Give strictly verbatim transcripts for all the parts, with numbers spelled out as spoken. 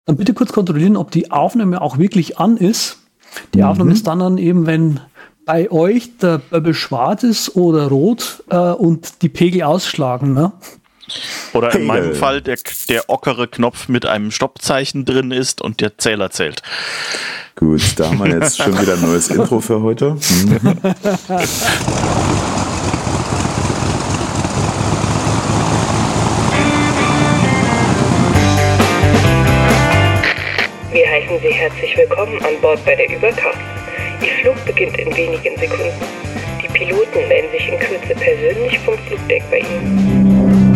dann bitte kurz kontrollieren, ob die Aufnahme auch wirklich an ist. Die mhm. Aufnahme ist dann, dann eben, wenn bei euch der Bubble schwarz ist oder rot äh, und die Pegel ausschlagen, ne? Oder in meinem Fall der, der ockere Knopf mit einem Stoppzeichen drin ist und der Zähler zählt. Gut, da haben wir jetzt schon wieder ein neues Intro für heute. Mhm. Wir heißen Sie herzlich willkommen an Bord bei der Überkraft. Ihr Flug beginnt in wenigen Sekunden. Die Piloten melden sich in Kürze persönlich vom Flugdeck bei Ihnen.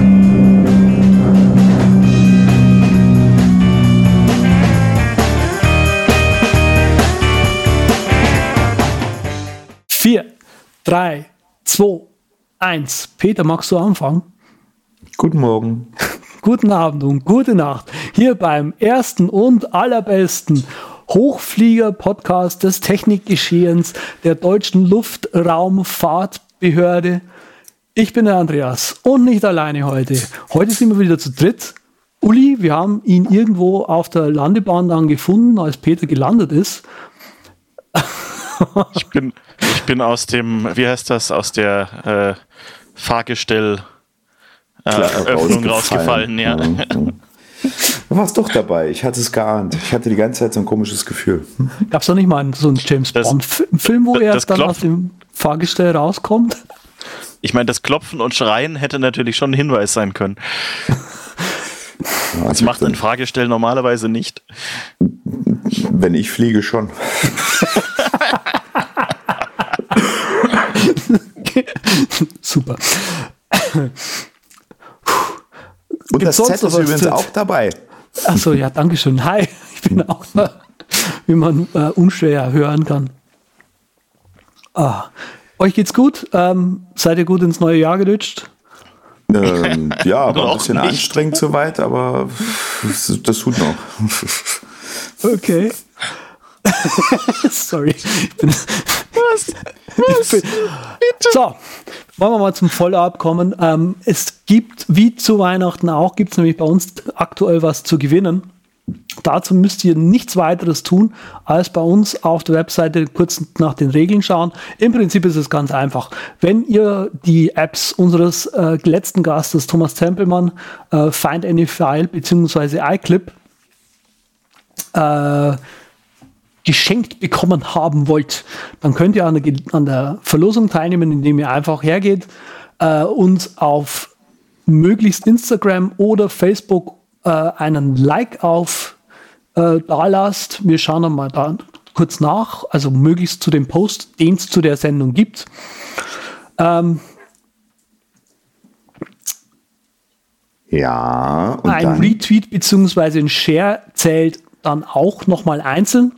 Vier, drei, zwei, eins. Peter, magst du anfangen? Guten Morgen. Guten Abend und gute Nacht. Hier beim ersten und allerbesten Hochflieger-Podcast des Technikgeschehens der Deutschen Luftraumfahrtbehörde. Ich bin der Andreas und nicht alleine heute. Heute sind wir wieder zu dritt. Uli, wir haben ihn irgendwo auf der Landebahn dann gefunden, als Peter gelandet ist. Ich bin, ich bin aus dem, wie heißt das, aus der äh, Fahrgestell äh, Öffnung rausgefallen. Ja. Ja. Du warst doch dabei, ich hatte es geahnt. Ich hatte die ganze Zeit so ein komisches Gefühl. Gab es doch nicht mal so einen James Bond-Film, wo er dann aus dem Fahrgestell rauskommt? Ich meine, das Klopfen und Schreien hätte natürlich schon ein Hinweis sein können. Ja, das macht ein Fahrgestell normalerweise nicht. Wenn ich fliege, schon. Super. Und Gibt's das Z ist übrigens Z? Auch dabei. Achso, ja, danke schön. Hi, ich bin auch da, wie man äh, unschwer hören kann. Ah. Euch geht's gut? Ähm, seid ihr gut ins neue Jahr gerutscht? Ähm, ja, aber ein bisschen nicht. Anstrengend soweit, aber das, das tut noch. Okay. Sorry. Ich bin Was? Was? Bin, so, wollen wir mal zum Follow-up kommen. Ähm, es gibt, wie zu Weihnachten auch, gibt es nämlich bei uns aktuell was zu gewinnen. Dazu müsst ihr nichts weiteres tun, als bei uns auf der Webseite kurz nach den Regeln schauen. Im Prinzip ist es ganz einfach. Wenn ihr die Apps unseres äh, letzten Gastes, Thomas Tempelmann, äh, Find Any File bzw. iClip äh, geschenkt bekommen haben wollt, dann könnt ihr an der, an der Verlosung teilnehmen, indem ihr einfach hergeht, äh, uns auf möglichst Instagram oder Facebook äh, einen Like auf äh, da lasst. Wir schauen dann mal da kurz nach, also möglichst zu dem Post, den es zu der Sendung gibt. Ähm, ja. Und ein dann? Retweet bzw. ein Share zählt dann auch nochmal einzeln.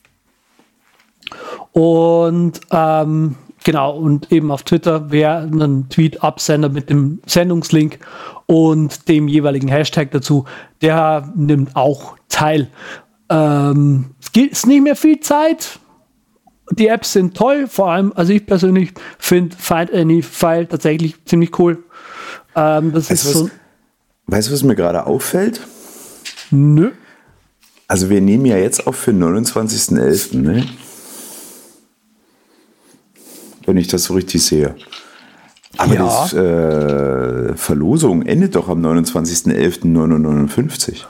Und ähm, genau, und eben auf Twitter, wer einen Tweet absendet mit dem Sendungslink und dem jeweiligen Hashtag dazu, der nimmt auch teil. Ähm, es ist nicht mehr viel Zeit. Die Apps sind toll, vor allem, also ich persönlich finde Find Any File tatsächlich ziemlich cool. Ähm, das weißt, ist so. Was, weißt du, was mir gerade auffällt? Nö. Also wir nehmen ja jetzt auf für den neunundzwanzigsten elften, ne? Wenn ich das so richtig sehe. Aber ja. die äh, Verlosung endet doch am neunundzwanzigsten elften neunzehnhundertneunundfünfzig.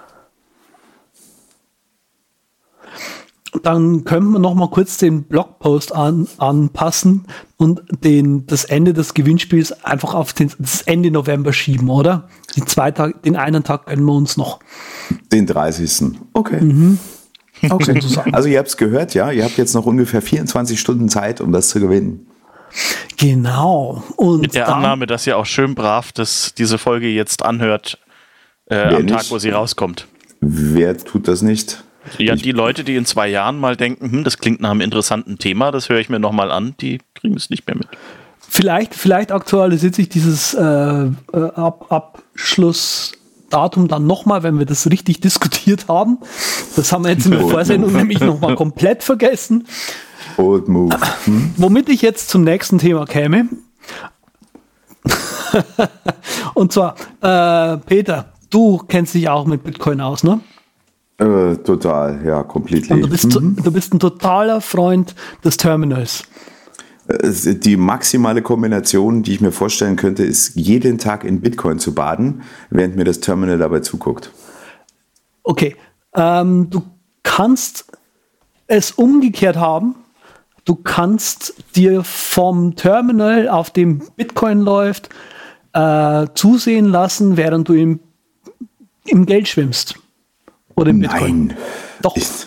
Dann könnten wir noch mal kurz den Blogpost an, anpassen und den, das Ende des Gewinnspiels einfach auf den, das Ende November schieben, oder? Die zwei Tage, den einen Tag gönnen wir uns noch. Den dreißigsten Okay. Mhm. Okay. Also ihr habt es gehört, ja? Ihr habt jetzt noch ungefähr vierundzwanzig Stunden Zeit, um das zu gewinnen. Genau. Und mit der dann, Annahme, dass ihr auch schön brav das, diese Folge jetzt anhört, äh, am nicht? Tag, wo sie rauskommt. Wer tut das nicht? Ja, Ich- die Leute, die in zwei Jahren mal denken, hm, das klingt nach einem interessanten Thema, das höre ich mir nochmal an, die kriegen es nicht mehr mit. Vielleicht, vielleicht aktualisiert sich dieses äh, äh, Ab Abschlussdatum dann nochmal, wenn wir das richtig diskutiert haben. Das haben wir jetzt in der Vorsendung nämlich nochmal komplett vergessen. Old Move. Hm? Womit ich jetzt zum nächsten Thema käme. Und zwar, äh, Peter, du kennst dich auch mit Bitcoin aus, ne? Äh, total, ja, komplett. Und du bist, mhm. du bist ein totaler Freund des Terminals. Die maximale Kombination, die ich mir vorstellen könnte, ist, jeden Tag in Bitcoin zu baden, während mir das Terminal dabei zuguckt. Okay, ähm, du kannst es umgekehrt haben. Du kannst dir vom Terminal, auf dem Bitcoin läuft, äh, zusehen lassen, während du im, im Geld schwimmst. Oder im Bitcoin. Nein. Doch. Ist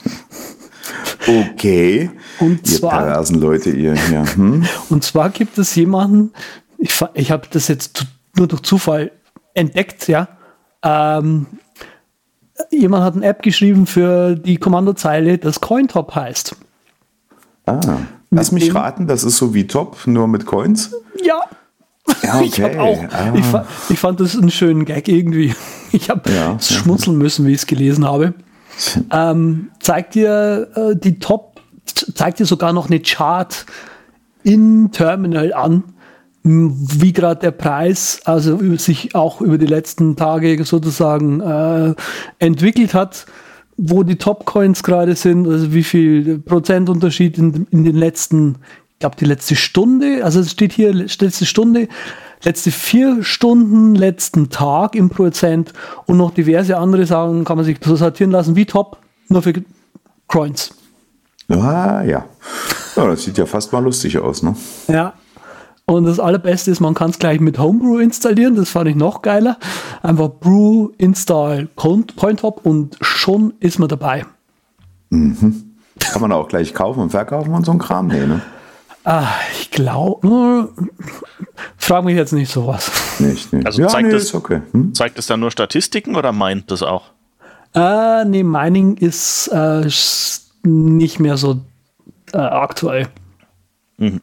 okay. Und ihr zwar, perversen Leute, ihr hier. Hm? Und zwar gibt es jemanden, ich, ich habe das jetzt nur durch Zufall entdeckt, ja. Ähm, jemand hat eine App geschrieben für die Kommandozeile, das Cointop heißt. Ah, lass mich raten, das ist so wie Top, nur mit Coins? Ja. Ja, okay. Ich, auch, ah. ich, fa- ich fand das einen schönen Gag irgendwie. Ich habe ja, schmunzeln müssen, wie ich es gelesen habe. Ähm, zeigt dir äh, die Top, zeigt dir sogar noch eine Chart in Terminal an, wie gerade der Preis also sich auch über die letzten Tage sozusagen äh, entwickelt hat, wo die Top-Coins gerade sind, also wie viel Prozentunterschied in, in den letzten, ich glaube die letzte Stunde, also es steht hier letzte Stunde, letzte vier Stunden, letzten Tag im Prozent und noch diverse andere Sachen kann man sich so sortieren lassen, wie Top, nur für Coins. Ah, ja. Ja, das sieht ja fast mal lustig aus, ne? Ja. Und das Allerbeste ist, man kann es gleich mit Homebrew installieren. Das fand ich noch geiler. Einfach Brew, Install, Cointop und schon ist man dabei. Mhm. Kann man auch gleich kaufen und verkaufen und so ein Kram? Nee, ne? Ah, ich glaube, frag mich jetzt nicht sowas. Nicht, nicht. Also ja, zeigt, nee, es, ist okay. Hm? zeigt es dann nur Statistiken oder meint das auch? Äh, nee, Mining ist äh, nicht mehr so äh, aktuell. Mhm.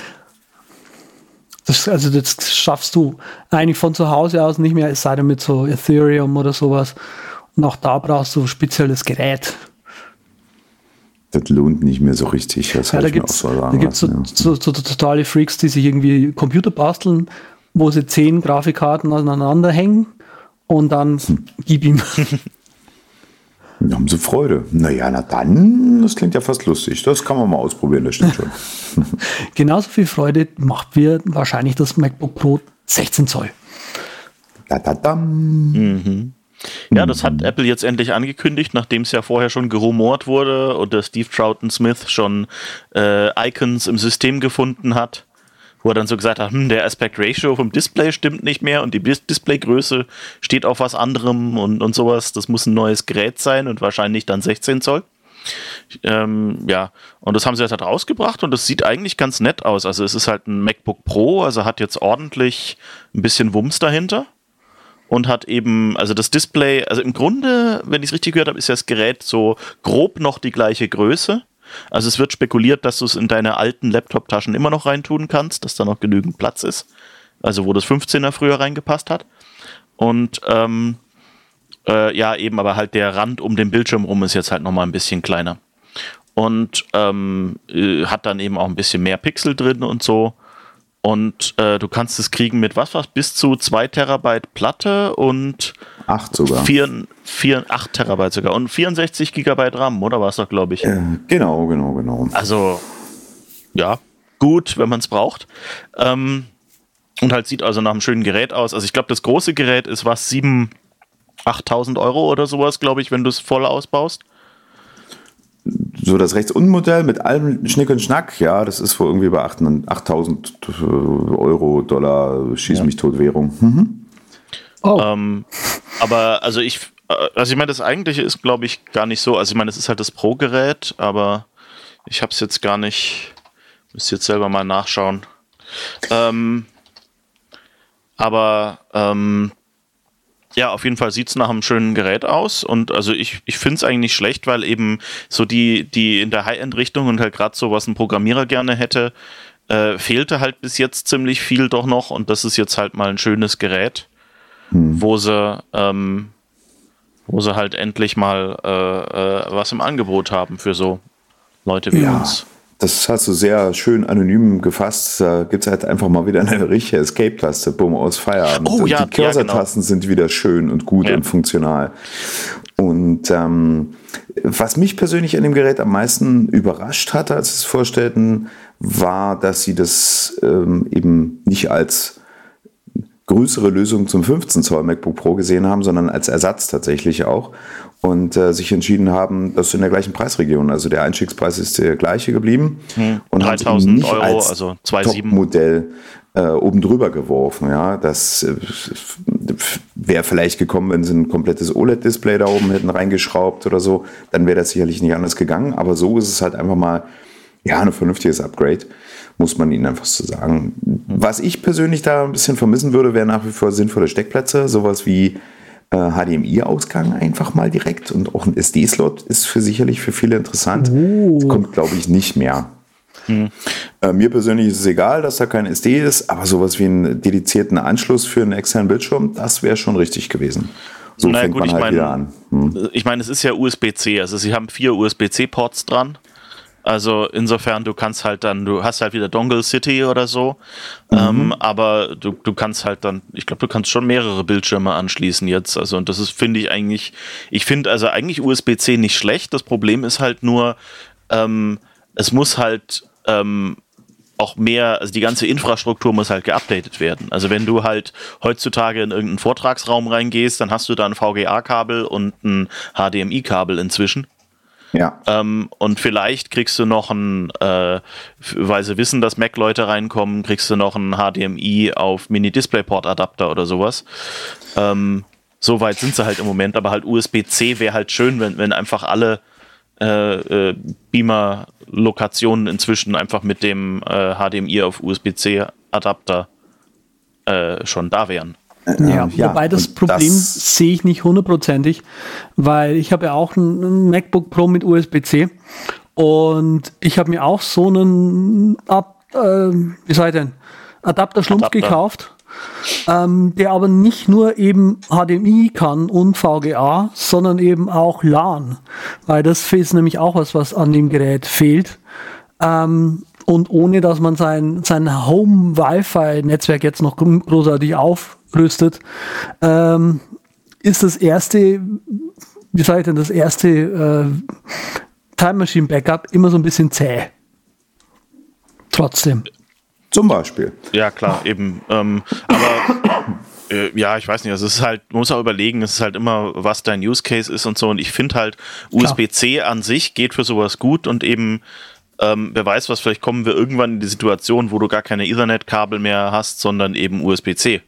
Das, also das schaffst du eigentlich von zu Hause aus nicht mehr, es sei denn mit so Ethereum oder sowas. Und auch da brauchst du ein spezielles Gerät. Das lohnt nicht mehr so richtig. Das ja, da gibt es so, so, ja. so, so totale Freaks, die sich irgendwie Computer basteln, wo sie zehn Grafikkarten aneinander hängen und dann hm. gib ihm. Da haben sie Freude. Naja, na dann, das klingt ja fast lustig. Das kann man mal ausprobieren, das stimmt schon. Genauso viel Freude macht mir wahrscheinlich das MacBook Pro sechzehn Zoll. Da, da, da. Mhm. Ja, das hat Apple jetzt endlich angekündigt, nachdem es ja vorher schon gerumort wurde und der Steve Troughton-Smith schon äh, Icons im System gefunden hat, wo er dann so gesagt hat, hm, der Aspect Ratio vom Display stimmt nicht mehr und die Dis- Displaygröße steht auf was anderem und, und sowas. Das muss ein neues Gerät sein und wahrscheinlich dann sechzehn Zoll. Ähm, ja, und das haben sie jetzt halt rausgebracht und das sieht eigentlich ganz nett aus. Also es ist halt ein MacBook Pro, also hat jetzt ordentlich ein bisschen Wumms dahinter. Und hat eben, also das Display, also im Grunde, wenn ich es richtig gehört habe, ist ja das Gerät so grob noch die gleiche Größe. Also es wird spekuliert, dass du es in deine alten Laptop-Taschen immer noch reintun kannst, dass da noch genügend Platz ist. Also wo das fünfzehner früher reingepasst hat. Und ähm, äh, ja, eben, aber halt der Rand um den Bildschirm rum ist jetzt halt nochmal ein bisschen kleiner. Und ähm, äh, hat dann eben auch ein bisschen mehr Pixel drin und so. Und äh, du kannst es kriegen mit was was bis zu zwei Terabyte Platte und acht sogar. vier, vier, acht Terabyte sogar und vierundsechzig Gigabyte RAM, oder war es doch, glaube ich. Äh, genau, genau, genau. Also, ja, gut, wenn man es braucht. Ähm, und halt sieht also nach einem schönen Gerät aus. Also ich glaube, das große Gerät ist was, siebentausend, achttausend Euro oder sowas, glaube ich, wenn du es voll ausbaust. So das Rechts-Unten-Modell mit allem Schnick und Schnack, ja, das ist wohl irgendwie bei achttausend Euro, Dollar, schieß mich tot Währung. Mhm. Oh. Ähm, aber also ich, also ich meine, das eigentliche ist, glaube ich, gar nicht so. Also ich meine, es ist halt das Pro-Gerät, aber ich habe es jetzt gar nicht, müsste jetzt selber mal nachschauen. Ähm, aber ähm, ja, auf jeden Fall sieht es nach einem schönen Gerät aus und also ich, ich finde es eigentlich nicht schlecht, weil eben so die, die in der High-End-Richtung und halt gerade so, was ein Programmierer gerne hätte, äh, fehlte halt bis jetzt ziemlich viel doch noch und das ist jetzt halt mal ein schönes Gerät, hm. wo sie ähm, wo sie halt endlich mal äh, äh, was im Angebot haben für so Leute wie ja. uns. Das hast du sehr schön anonym gefasst. Da gibt es halt einfach mal wieder eine richtige Escape-Taste. Bumm, aus Feierabend. Oh, ja, die Cursor-Tasten ja, genau. sind wieder schön und gut ja. und funktional. Und ähm, was mich persönlich an dem Gerät am meisten überrascht hatte, als sie es vorstellten, war, dass sie das ähm, eben nicht als größere Lösung zum fünfzehn Zoll MacBook Pro gesehen haben, sondern als Ersatz tatsächlich auch. Und äh, sich entschieden haben, das in der gleichen Preisregion. Also der Einstiegspreis ist der gleiche geblieben. Hm, und dreitausend Euro, als also zwei Komma sieben Top-Modell äh, oben drüber geworfen. Ja, das äh, wäre vielleicht gekommen, wenn sie ein komplettes O L E D-Display da oben hätten reingeschraubt oder so. Dann wäre das sicherlich nicht anders gegangen. Aber so ist es halt einfach mal ja ein vernünftiges Upgrade, muss man ihnen einfach so sagen. Was ich persönlich da ein bisschen vermissen würde, wäre nach wie vor sinnvolle Steckplätze. Sowas wie H D M I-Ausgang einfach mal direkt und auch ein S D-Slot ist für sicherlich für viele interessant. Oh. Kommt, glaube ich, nicht mehr. Hm. Äh, mir persönlich ist es egal, dass da kein S D ist, aber sowas wie einen dedizierten Anschluss für einen externen Bildschirm, das wäre schon richtig gewesen. So naja, fängt gut, man halt ich mein, wieder an. Hm. Ich meine, es ist ja U S B C, also sie haben vier U S B C-Ports dran. Also insofern, du kannst halt dann, du hast halt wieder Dongle City oder so, mhm. ähm, aber du, du kannst halt dann, ich glaube, du kannst schon mehrere Bildschirme anschließen jetzt. Also und das ist, finde ich eigentlich, ich finde also eigentlich U S B C nicht schlecht. Das Problem ist halt nur, ähm, es muss halt ähm, auch mehr, also die ganze Infrastruktur muss halt geupdatet werden. Also wenn du halt heutzutage in irgendeinen Vortragsraum reingehst, dann hast du da ein V G A-Kabel und ein H D M I-Kabel inzwischen. Ja. Ähm, und vielleicht kriegst du noch ein, äh, weil sie wissen, dass Mac-Leute reinkommen, kriegst du noch ein H D M I auf Mini-Displayport-Adapter oder sowas. Ähm, so weit sind sie halt im Moment, aber halt U S B C wäre halt schön, wenn, wenn einfach alle äh, äh, Beamer-Lokationen inzwischen einfach mit dem äh, H D M I auf U S B C-Adapter äh, schon da wären. Ja, ja, wobei das Problem das sehe ich nicht hundertprozentig, weil ich habe ja auch ein MacBook Pro mit U S B C und ich habe mir auch so einen Ab, äh, wie soll ich denn, Adapterschlumpf Adapter. gekauft, ähm, der aber nicht nur eben H D M I kann und V G A, sondern eben auch LAN, weil das ist nämlich auch was, was an dem Gerät fehlt. Ähm, und ohne, dass man sein, sein Home-Wi-Fi-Netzwerk jetzt noch großartig aufrüstet, ähm, ist das erste, wie sage ich denn, das erste äh, Time Machine Backup immer so ein bisschen zäh. Trotzdem. Zum Beispiel. Ja, klar, eben. Ähm, aber äh, ja, ich weiß nicht, also es ist halt, man muss auch überlegen, es ist halt immer, was dein Use Case ist und so. Und ich finde halt, U S B C an sich geht für sowas gut und eben Ähm, wer weiß, was, vielleicht kommen wir irgendwann in die Situation, wo du gar keine Ethernet-Kabel mehr hast, sondern eben U S B C.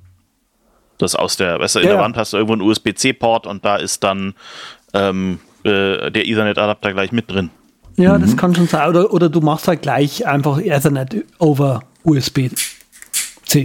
Das aus der, weißt du, in ja, der Wand hast du irgendwo einen U S B C-Port und da ist dann ähm, äh, der Ethernet-Adapter gleich mit drin. Ja, mhm. das kann schon sein. Oder, oder du machst halt gleich einfach Ethernet over U S B C.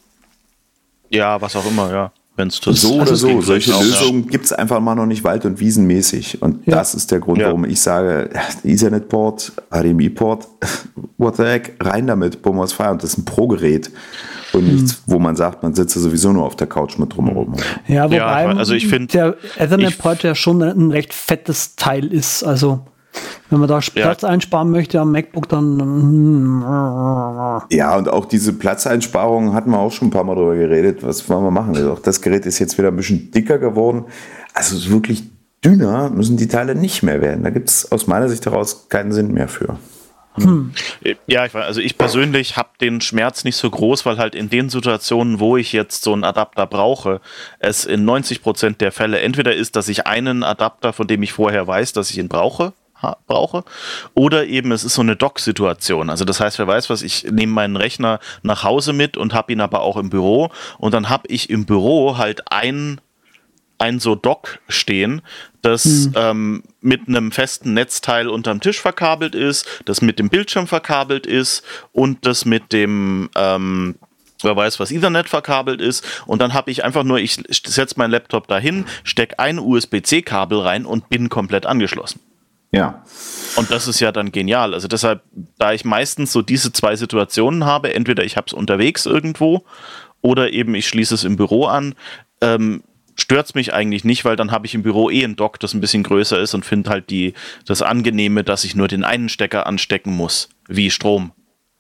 Ja, was auch immer, ja. Wenn's das so oder so, solche Lösungen gibt es einfach mal noch nicht wald- und wiesenmäßig. Und ja. das ist der Grund, ja. warum ich sage, Ethernet-Port, H D M I-Port, what the heck, rein damit, bumm aus Feierabend. Das ist ein Pro-Gerät und hm. nichts, wo man sagt, man sitzt sowieso nur auf der Couch mit drumherum. Ja, wobei ja, also ich find, der Ethernet-Port ja schon ein recht fettes Teil ist, also wenn man da Platz ja. einsparen möchte am MacBook, dann... Ja, und auch diese Platzeinsparungen hatten wir auch schon ein paar Mal drüber geredet. Was wollen wir machen? Also auch das Gerät ist jetzt wieder ein bisschen dicker geworden. Also wirklich dünner müssen die Teile nicht mehr werden. Da gibt es aus meiner Sicht heraus keinen Sinn mehr für. Hm. Ja, ich, also ich persönlich habe den Schmerz nicht so groß, weil halt in den Situationen, wo ich jetzt so einen Adapter brauche, es in neunzig Prozent der Fälle entweder ist, dass ich einen Adapter, von dem ich vorher weiß, dass ich ihn brauche, brauche, oder eben es ist so eine Dock-Situation. Also das heißt, wer weiß was, ich nehme meinen Rechner nach Hause mit und habe ihn aber auch im Büro und dann habe ich im Büro halt ein, ein so Dock stehen, das hm. ähm, mit einem festen Netzteil unterm Tisch verkabelt ist, das mit dem Bildschirm verkabelt ist und das mit dem ähm, wer weiß, was Ethernet verkabelt ist und dann habe ich einfach nur, ich setze meinen Laptop dahin, stecke ein U S B C-Kabel rein und bin komplett angeschlossen. Ja. Und das ist ja dann genial. Also deshalb, da ich meistens so diese zwei Situationen habe, entweder ich habe es unterwegs irgendwo oder eben ich schließe es im Büro an, ähm, stört's mich eigentlich nicht, weil dann habe ich im Büro eh ein Dock, das ein bisschen größer ist und finde halt die, das Angenehme, dass ich nur den einen Stecker anstecken muss, wie Strom.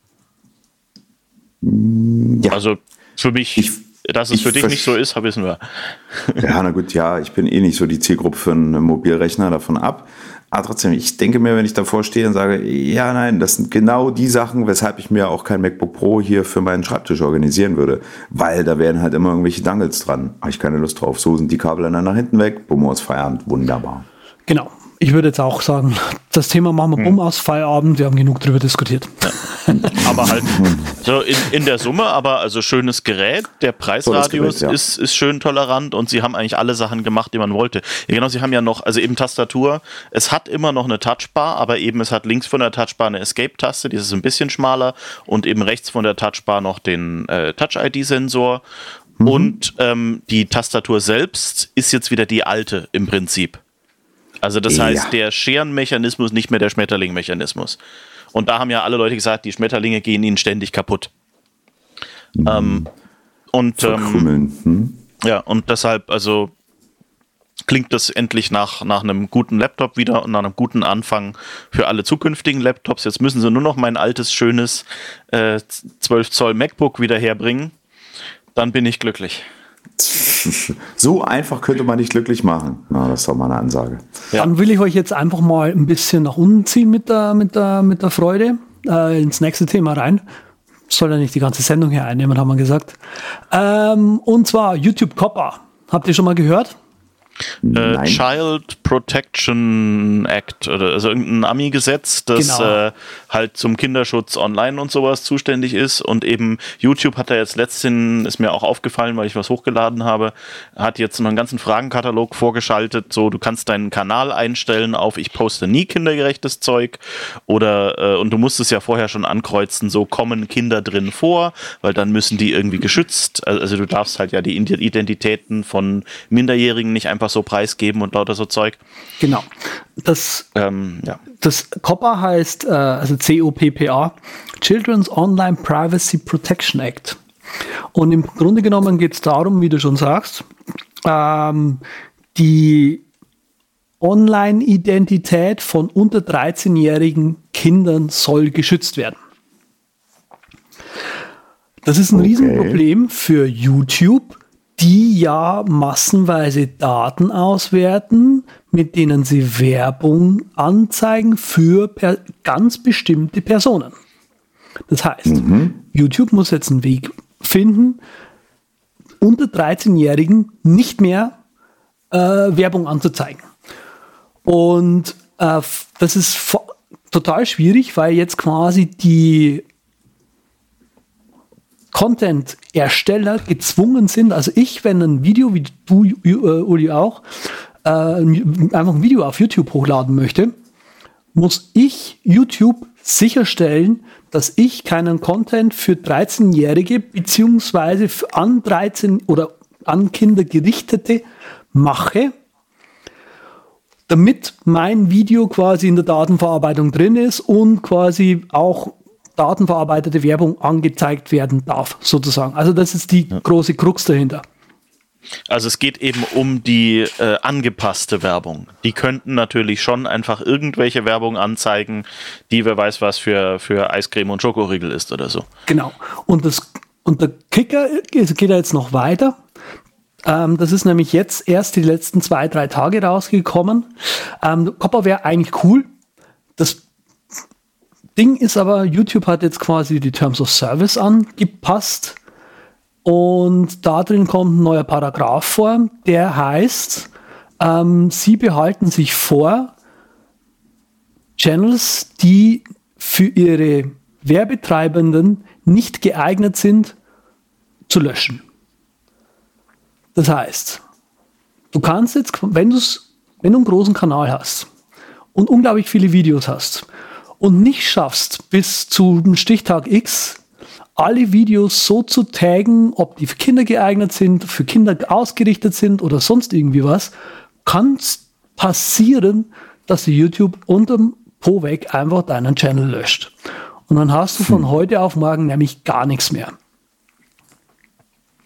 Ja. Also für mich, Ich, dass es ich für dich vers- nicht so ist, wissen wir. Ja, na gut, ja, ich bin eh nicht so die Zielgruppe für einen Mobilrechner, davon ab. Aber trotzdem, ich denke mir, wenn ich davor stehe und sage, ja, nein, das sind genau die Sachen, weshalb ich mir auch kein MacBook Pro hier für meinen Schreibtisch organisieren würde. Weil da wären halt immer irgendwelche Dongles dran. Habe ich keine Lust drauf. So sind die Kabel dann nach hinten weg. Bumm aus Feierabend. Wunderbar. Genau. Ich würde jetzt auch sagen, das Thema machen wir bumm aus Feierabend. Wir haben genug drüber diskutiert. Aber halt so in, in der Summe, aber also schönes Gerät, der Preisradius Gerät, ja. ist, ist schön tolerant und sie haben eigentlich alle Sachen gemacht, die man wollte. Ja, genau, sie haben ja noch, also eben Tastatur, es hat immer noch eine Touchbar, aber eben es hat links von der Touchbar eine Escape-Taste, die ist ein bisschen schmaler und eben rechts von der Touchbar noch den äh, Touch-I D-Sensor mhm. und ähm, die Tastatur selbst ist jetzt wieder die alte im Prinzip. Also das Ja. heißt, der Scherenmechanismus, nicht mehr der Schmetterling-Mechanismus. Und da haben ja alle Leute gesagt, die Schmetterlinge gehen ihnen ständig kaputt. Mhm. Ähm, und ähm, Verkrümmeln. Hm? ja, und deshalb, also klingt das endlich nach, nach einem guten Laptop wieder und nach einem guten Anfang für alle zukünftigen Laptops. Jetzt müssen sie nur noch mein altes, schönes äh, zwölf Zoll MacBook wieder herbringen. Dann bin ich glücklich. So einfach könnte man nicht glücklich machen. Na, das ist doch mal eine Ansage. Ja. Dann will ich euch jetzt einfach mal ein bisschen nach unten ziehen mit der, mit der, mit der Freude äh, ins nächste Thema rein. Soll ja nicht die ganze Sendung hier einnehmen, haben wir gesagt. Ähm, und zwar YouTube Coppa. Habt ihr schon mal gehört? Äh, Nein. Child Protection Act oder also irgendein Ami-Gesetz, das Genau. äh, halt zum Kinderschutz online und sowas zuständig ist und eben YouTube hat da jetzt letztens, ist mir auch aufgefallen, weil ich was hochgeladen habe, hat jetzt noch einen ganzen Fragenkatalog vorgeschaltet, so du kannst deinen Kanal einstellen auf ich poste nie kindergerechtes Zeug oder äh, und du musst es ja vorher schon ankreuzen, so kommen Kinder drin vor, weil dann müssen die irgendwie geschützt, also du darfst halt ja die Identitäten von Minderjährigen nicht einfach so preisgeben und lauter so Zeug. Genau. Das, Ähm, ja. das Coppa heißt, äh, also C O P P A, Children's Online Privacy Protection Act. Und im Grunde genommen geht es darum, wie du schon sagst, ähm, die Online-Identität von unter dreizehnjährigen Kindern soll geschützt werden. Das ist ein Okay. Riesenproblem für YouTube, die ja massenweise Daten auswerten, mit denen sie Werbung anzeigen für per ganz bestimmte Personen. Das heißt, Mhm. YouTube muss jetzt einen Weg finden, unter dreizehnjährigen nicht mehr äh, Werbung anzuzeigen. Und äh, das ist vo- total schwierig, weil jetzt quasi die Content-Ersteller gezwungen sind, also ich, wenn ein Video, wie du, äh, Uli auch, äh, einfach ein Video auf YouTube hochladen möchte, muss ich YouTube sicherstellen, dass ich keinen Content für dreizehnjährige beziehungsweise für an dreizehn oder an Kinder gerichtete mache, damit mein Video quasi in der Datenverarbeitung drin ist und quasi auch datenverarbeitete Werbung angezeigt werden darf, sozusagen. Also das ist die ja. große Krux dahinter. Also es geht eben um die äh, angepasste Werbung. Die könnten natürlich schon einfach irgendwelche Werbung anzeigen, die wer weiß was für, für Eiscreme und Schokoriegel ist oder so. Genau. Und, das, und der Kicker geht da jetzt noch weiter. Ähm, das ist nämlich jetzt erst die letzten zwei, drei Tage rausgekommen. Ähm, Coppa wäre eigentlich cool. Das Ding ist aber, YouTube hat jetzt quasi die Terms of Service angepasst und da drin kommt ein neuer Paragraph vor, der heißt, ähm, sie behalten sich vor, Channels, die für ihre Werbetreibenden nicht geeignet sind, zu löschen. Das heißt, du kannst jetzt, wenn, du's, wenn du einen großen Kanal hast und unglaublich viele Videos hast, und nicht schaffst, bis zu dem Stichtag X alle Videos so zu taggen, ob die für Kinder geeignet sind, für Kinder ausgerichtet sind oder sonst irgendwie was, kann es passieren, dass die YouTube unterm Po weg einfach deinen Channel löscht. Und dann hast du von hm. heute auf morgen nämlich gar nichts mehr.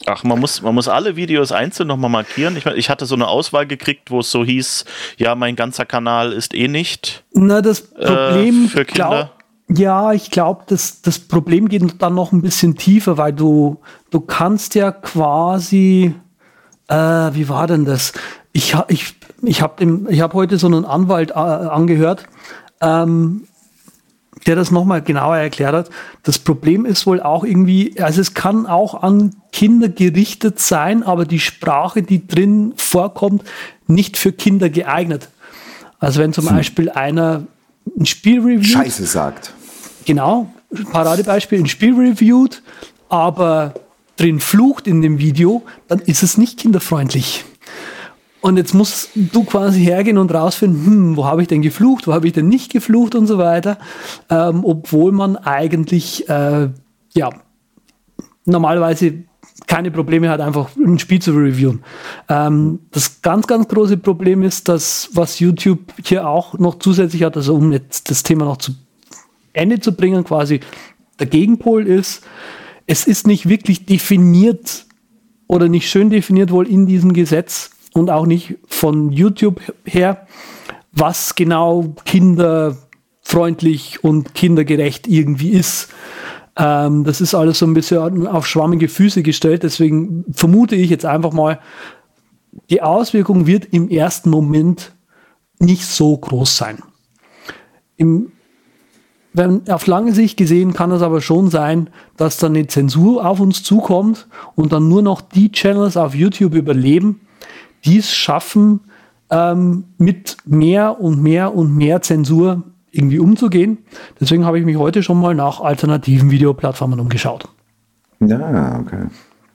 Ach, man muss, man muss alle Videos einzeln nochmal markieren. Ich, ich hatte so eine Auswahl gekriegt, wo es so hieß, ja, mein ganzer Kanal ist eh nicht Na, das Problem, äh, für Kinder. Glaub, ja, ich glaube, das, das Problem geht dann noch ein bisschen tiefer, weil du, du kannst ja quasi, äh, wie war denn das? Ich, ich, ich habe ich hab heute so einen Anwalt äh, angehört, ähm, der das nochmal genauer erklärt hat. Das Problem ist wohl auch irgendwie, also es kann auch an Kinder gerichtet sein, aber die Sprache, die drin vorkommt, nicht für Kinder geeignet. Also wenn zum hm. Beispiel einer ein Spiel reviewt. Scheiße sagt. Genau, Paradebeispiel, ein Spiel reviewt, aber drin flucht in dem Video, dann ist es nicht kinderfreundlich. Und jetzt musst du quasi hergehen und rausfinden, hm, wo habe ich denn geflucht, wo habe ich denn nicht geflucht und so weiter, ähm, obwohl man eigentlich äh, ja normalerweise keine Probleme hat, einfach ein Spiel zu reviewen. Ähm, das ganz, ganz große Problem ist, dass was YouTube hier auch noch zusätzlich hat, also um jetzt das Thema noch zu Ende zu bringen, quasi der Gegenpol ist, es ist nicht wirklich definiert oder nicht schön definiert wohl in diesem Gesetz, und auch nicht von YouTube her, was genau kinderfreundlich und kindergerecht irgendwie ist. Ähm, das ist alles so ein bisschen auf schwammige Füße gestellt, deswegen vermute ich jetzt einfach mal, die Auswirkung wird im ersten Moment nicht so groß sein. Im, wenn, auf lange Sicht gesehen kann es aber schon sein, dass dann eine Zensur auf uns zukommt und dann nur noch die Channels auf YouTube überleben, die es schaffen, ähm, mit mehr und mehr und mehr Zensur irgendwie umzugehen. Deswegen habe ich mich heute schon mal nach alternativen Videoplattformen umgeschaut. Ja, okay.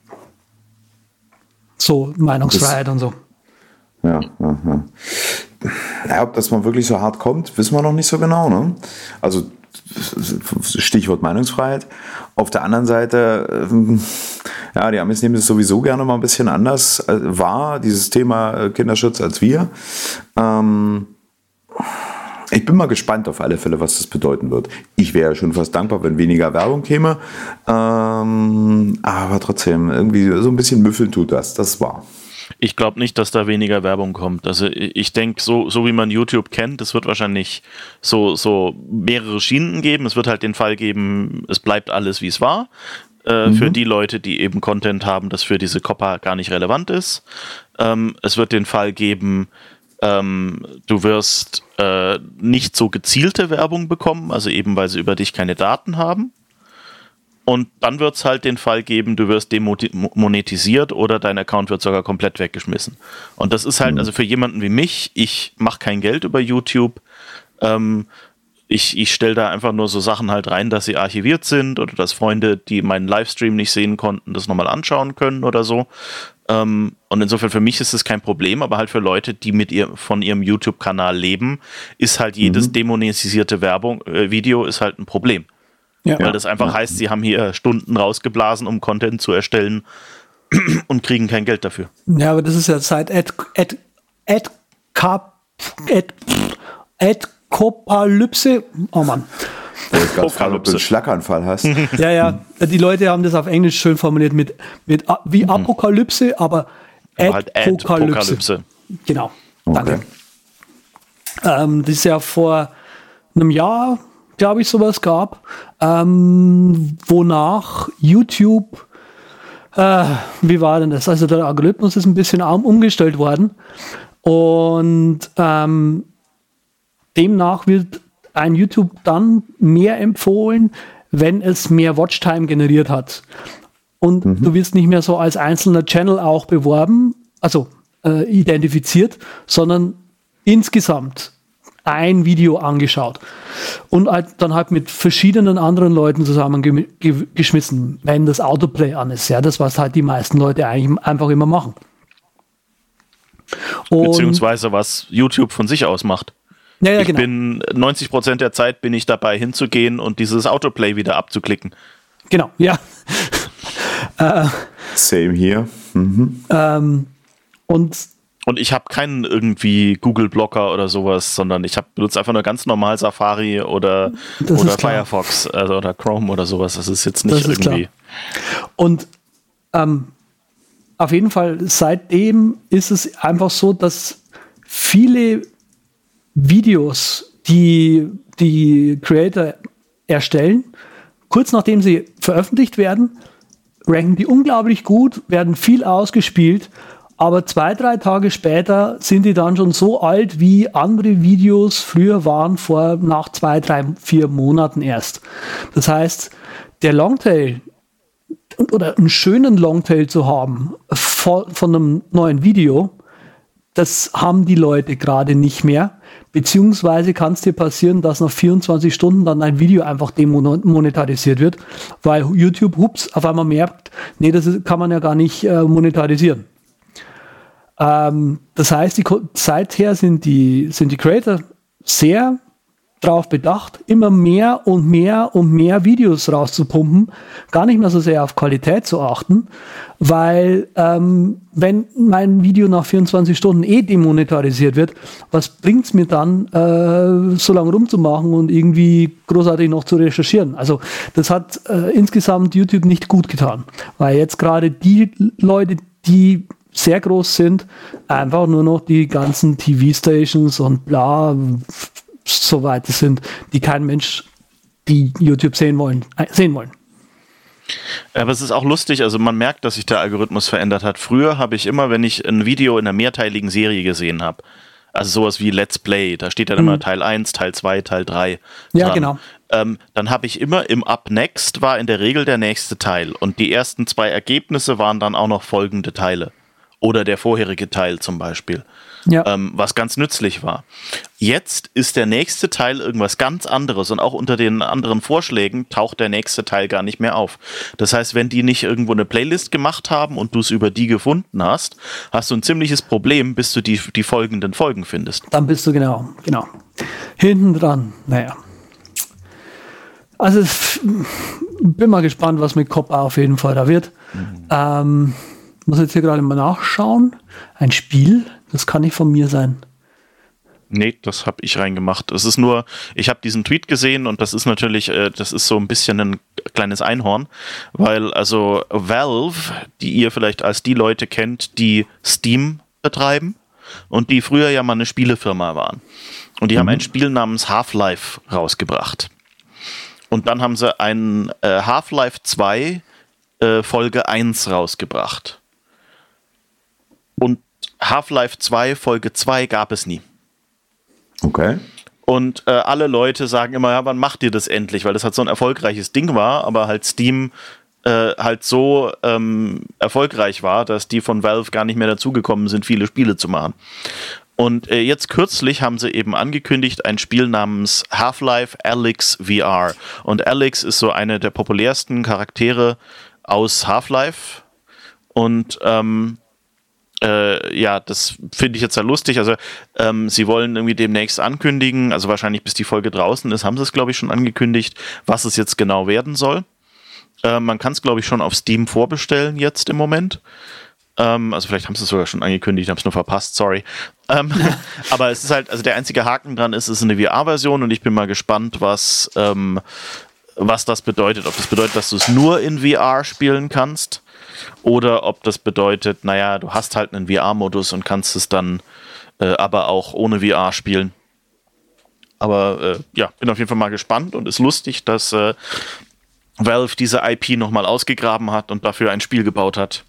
So, Meinungsfreiheit das, und so. Ja, ja, ja. Ja, ob das mal wirklich so hart kommt, wissen wir noch nicht so genau, ne? Also Stichwort Meinungsfreiheit. Auf der anderen Seite, ja, die Amis nehmen das sowieso gerne mal ein bisschen anders wahr, dieses Thema Kinderschutz, als wir. Ähm, ich bin mal gespannt auf alle Fälle, was das bedeuten wird. Ich wäre ja schon fast dankbar, wenn weniger Werbung käme. Ähm, aber trotzdem, irgendwie so ein bisschen müffeln tut das, das ist wahr. Ich glaube nicht, dass da weniger Werbung kommt. Also ich denke, so, so wie man YouTube kennt, es wird wahrscheinlich so, so mehrere Schienen geben. Es wird halt den Fall geben, es bleibt alles, wie es war. Äh, mhm. Für die Leute, die eben Content haben, das für diese C O P P A gar nicht relevant ist. Ähm, es wird den Fall geben, ähm, du wirst äh, nicht so gezielte Werbung bekommen, also eben, weil sie über dich keine Daten haben. Und dann wird es halt den Fall geben, du wirst demonetisiert oder dein Account wird sogar komplett weggeschmissen. Und das ist halt, also für jemanden wie mich, ich mache kein Geld über YouTube. Ähm, ich ich stelle da einfach nur so Sachen halt rein, dass sie archiviert sind oder dass Freunde, die meinen Livestream nicht sehen konnten, das nochmal anschauen können oder so. Ähm, und insofern für mich ist es kein Problem, aber halt für Leute, die mit ihr von ihrem YouTube-Kanal leben, ist halt jedes mhm. demonetisierte Werbung, äh, Video ist halt ein Problem. Ja, weil das einfach ja. heißt, sie haben hier Stunden rausgeblasen, um Content zu erstellen und kriegen kein Geld dafür. Ja, aber das ist ja seit Ad, Ad, Ad, Ad, Ad, Adkopalypse. Oh Mann. Ich wollte gerade fragen, ob du einen Schlaganfall hast. Ja, ja. Die Leute haben das auf Englisch schön formuliert mit, mit wie Apokalypse, aber Adpokalypse. Halt genau. Danke. Okay. Ähm, das ist ja vor einem Jahr, glaube ich, sowas gab, ähm, wonach YouTube, äh, wie war denn das? Also der Algorithmus ist ein bisschen umgestellt worden und ähm, demnach wird ein YouTube dann mehr empfohlen, wenn es mehr Watchtime generiert hat. Und mhm. du wirst nicht mehr so als einzelner Channel auch beworben, also äh, identifiziert, sondern insgesamt ein Video angeschaut und dann halt mit verschiedenen anderen Leuten zusammengeschmissen, wenn das Autoplay an ist. Ja, das, was halt die meisten Leute eigentlich einfach immer machen. Und beziehungsweise was YouTube von sich aus macht. Ja, ja, ich genau. bin neunzig Prozent der Zeit bin ich dabei hinzugehen und dieses Autoplay wieder abzuklicken. Genau, ja. Same hier. Mhm. Ähm, und Und ich habe keinen irgendwie Google-Blocker oder sowas, sondern ich hab, benutze einfach nur ganz normal Safari oder, oder Firefox also, oder Chrome oder sowas. Das ist jetzt nicht das ist irgendwie. Klar. Und ähm, auf jeden Fall, seitdem ist es einfach so, dass viele Videos, die die Creator erstellen, kurz nachdem sie veröffentlicht werden, ranken die unglaublich gut, werden viel ausgespielt, aber zwei, drei Tage später sind die dann schon so alt, wie andere Videos früher waren, vor nach zwei, drei, vier Monaten erst. Das heißt, der Longtail oder einen schönen Longtail zu haben von, von einem neuen Video, das haben die Leute gerade nicht mehr. Beziehungsweise kann es dir passieren, dass nach vierundzwanzig Stunden dann ein Video einfach demonetarisiert wird, weil YouTube, hups, auf einmal merkt, nee, das ist, kann man ja gar nicht äh, monetarisieren. Ähm, das heißt, die, seither sind die, sind die Creator sehr darauf bedacht, immer mehr und mehr und mehr Videos rauszupumpen, gar nicht mehr so sehr auf Qualität zu achten, weil ähm, wenn mein Video nach vierundzwanzig Stunden eh demonetarisiert wird, was bringt es mir dann, äh, so lange rumzumachen und irgendwie großartig noch zu recherchieren? Also das hat äh, insgesamt YouTube nicht gut getan, weil jetzt gerade die Leute, die sehr groß sind, einfach nur noch die ganzen T V-Stations und bla so weit sind, die kein Mensch, die YouTube sehen wollen, äh, sehen wollen. Aber es ist auch lustig, also man merkt, dass sich der Algorithmus verändert hat. Früher habe ich immer, wenn ich ein Video in einer mehrteiligen Serie gesehen habe, also sowas wie Let's Play, da steht dann mhm. immer Teil eins, Teil zwei, Teil drei Ja, dran. genau. Ähm, dann habe ich immer im Up Next war in der Regel der nächste Teil und die ersten zwei Ergebnisse waren dann auch noch folgende Teile. Oder der vorherige Teil zum Beispiel. Ja. Ähm, was ganz nützlich war. Jetzt ist der nächste Teil irgendwas ganz anderes und auch unter den anderen Vorschlägen taucht der nächste Teil gar nicht mehr auf. Das heißt, wenn die nicht irgendwo eine Playlist gemacht haben und du es über die gefunden hast, hast du ein ziemliches Problem, bis du die, die folgenden Folgen findest. Dann bist du genau, genau. Hinten dran, naja. Also bin mal gespannt, was mit Cop auf jeden Fall da wird. Mhm. Ähm, muss jetzt hier gerade mal nachschauen. Ein Spiel, das kann nicht von mir sein. Nee, das habe ich reingemacht. Es ist nur, ich habe diesen Tweet gesehen und das ist natürlich, äh, das ist so ein bisschen ein kleines Einhorn, weil also Valve, die ihr vielleicht als die Leute kennt, die Steam betreiben und die früher ja mal eine Spielefirma waren. Und die mhm. haben ein Spiel namens Half-Life rausgebracht. Und dann haben sie ein äh, Half-Life zwei äh, Folge eins rausgebracht. Und Half-Life zwei Folge zwei gab es nie. Okay. Und äh, alle Leute sagen immer, ja, wann macht ihr das endlich? Weil das halt so ein erfolgreiches Ding war, aber halt Steam äh, halt so ähm, erfolgreich war, dass die von Valve gar nicht mehr dazugekommen sind, viele Spiele zu machen. Und äh, jetzt kürzlich haben sie eben angekündigt, ein Spiel namens Half-Life Alyx V R. Und Alyx ist so eine der populärsten Charaktere aus Half-Life. Und ähm, Äh, ja, das finde ich jetzt sehr lustig. Also ähm, sie wollen irgendwie demnächst ankündigen, also wahrscheinlich bis die Folge draußen ist, haben sie es glaube ich schon angekündigt, was es jetzt genau werden soll. Äh, man kann es glaube ich schon auf Steam vorbestellen jetzt im Moment. Ähm, also vielleicht haben sie es sogar schon angekündigt, ich habe es nur verpasst, sorry. Ähm, aber es ist halt, also der einzige Haken dran ist, es ist eine V R-Version und ich bin mal gespannt, was, ähm, was das bedeutet. Ob das bedeutet, dass du es nur in V R spielen kannst. Oder ob das bedeutet, naja, du hast halt einen V R-Modus und kannst es dann äh, aber auch ohne V R spielen. Aber äh, ja, bin auf jeden Fall mal gespannt und ist lustig, dass äh, Valve diese I P nochmal ausgegraben hat und dafür ein Spiel gebaut hat.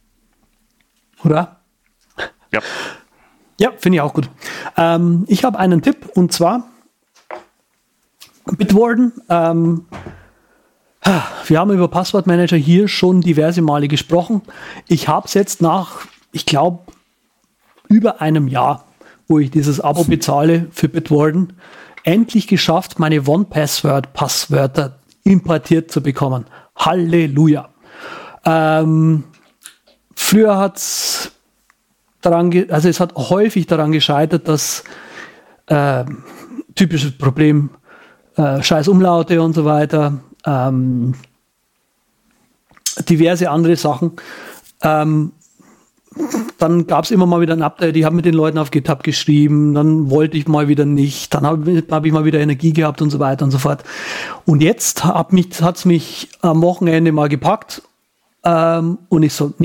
Oder? Ja. Ja, finde ich auch gut. Ähm, ich habe einen Tipp und zwar Bitwarden. Ähm, Wir haben über Passwortmanager hier schon diverse Male gesprochen. Ich habe es jetzt nach, ich glaube, über einem Jahr, wo ich dieses Abo bezahle für Bitwarden, endlich geschafft, meine One-Password-Passwörter importiert zu bekommen. Halleluja. Ähm, früher hat es daran, ge- also es hat häufig daran gescheitert, dass äh, typisches Problem, äh, scheiß Umlaute und so weiter, Ähm, diverse andere Sachen. Ähm, dann gab es immer mal wieder ein Update, ich habe mit den Leuten auf GitHub geschrieben, dann wollte ich mal wieder nicht, dann habe hab ich mal wieder Energie gehabt und so weiter und so fort. Und jetzt hat es mich am Wochenende mal gepackt ähm, und ich so, nee,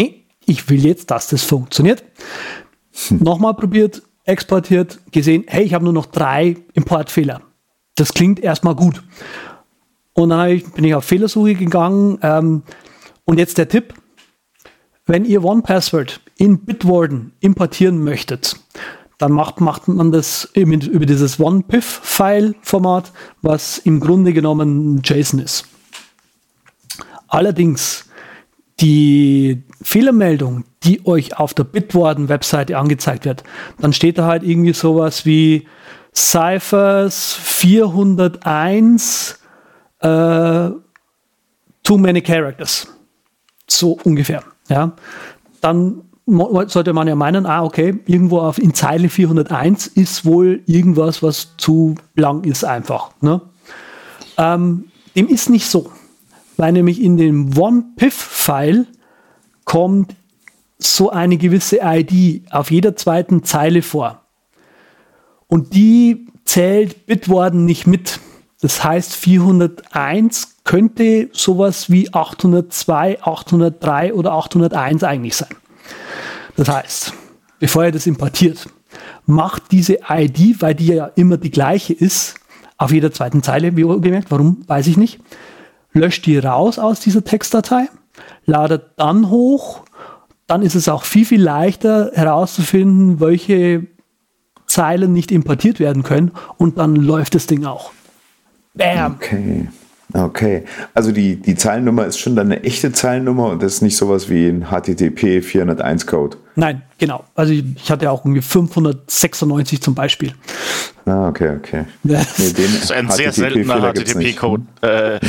ich will jetzt, dass das funktioniert. Hm. Nochmal probiert, exportiert, gesehen, hey, ich habe nur noch drei Importfehler. Das klingt erstmal gut. Und dann ich, bin ich auf Fehlersuche gegangen. Ähm, und jetzt der Tipp, wenn ihr one Password in Bitwarden importieren möchtet, dann macht, macht man das über dieses one P I F-File-Format, was im Grunde genommen JSON ist. Allerdings die Fehlermeldung, die euch auf der Bitwarden-Webseite angezeigt wird, dann steht da halt irgendwie sowas wie Cyphers vierhunderteins äh, too many characters. So ungefähr. Ja. Dann sollte man ja meinen, ah, okay, irgendwo auf, in Zeile vierhunderteins ist wohl irgendwas, was zu lang ist einfach. Ne? Ähm, dem ist nicht so. Weil nämlich in dem one P I F-File kommt so eine gewisse I D auf jeder zweiten Zeile vor. Und die zählt Bitwarden nicht mit. Das heißt, vierhunderteins könnte sowas wie achthundertzwei, achthundertdrei oder achthunderteins eigentlich sein. Das heißt, bevor ihr das importiert, macht diese I D, weil die ja immer die gleiche ist, auf jeder zweiten Zeile, wie gemerkt, warum, weiß ich nicht, löscht die raus aus dieser Textdatei, ladet dann hoch, dann ist es auch viel, viel leichter herauszufinden, welche Zeilen nicht importiert werden können und dann läuft das Ding auch. Bam! Okay, okay. Also die, die Zeilennummer ist schon dann eine echte Zeilennummer und das ist nicht sowas wie ein H T T P vierhunderteins Code. Nein, genau. Also ich, ich hatte auch irgendwie fünfhundertsechsundneunzig zum Beispiel. Ah, okay, okay. Das, nee, den das ist ein sehr seltener H T T P-Code. Äh.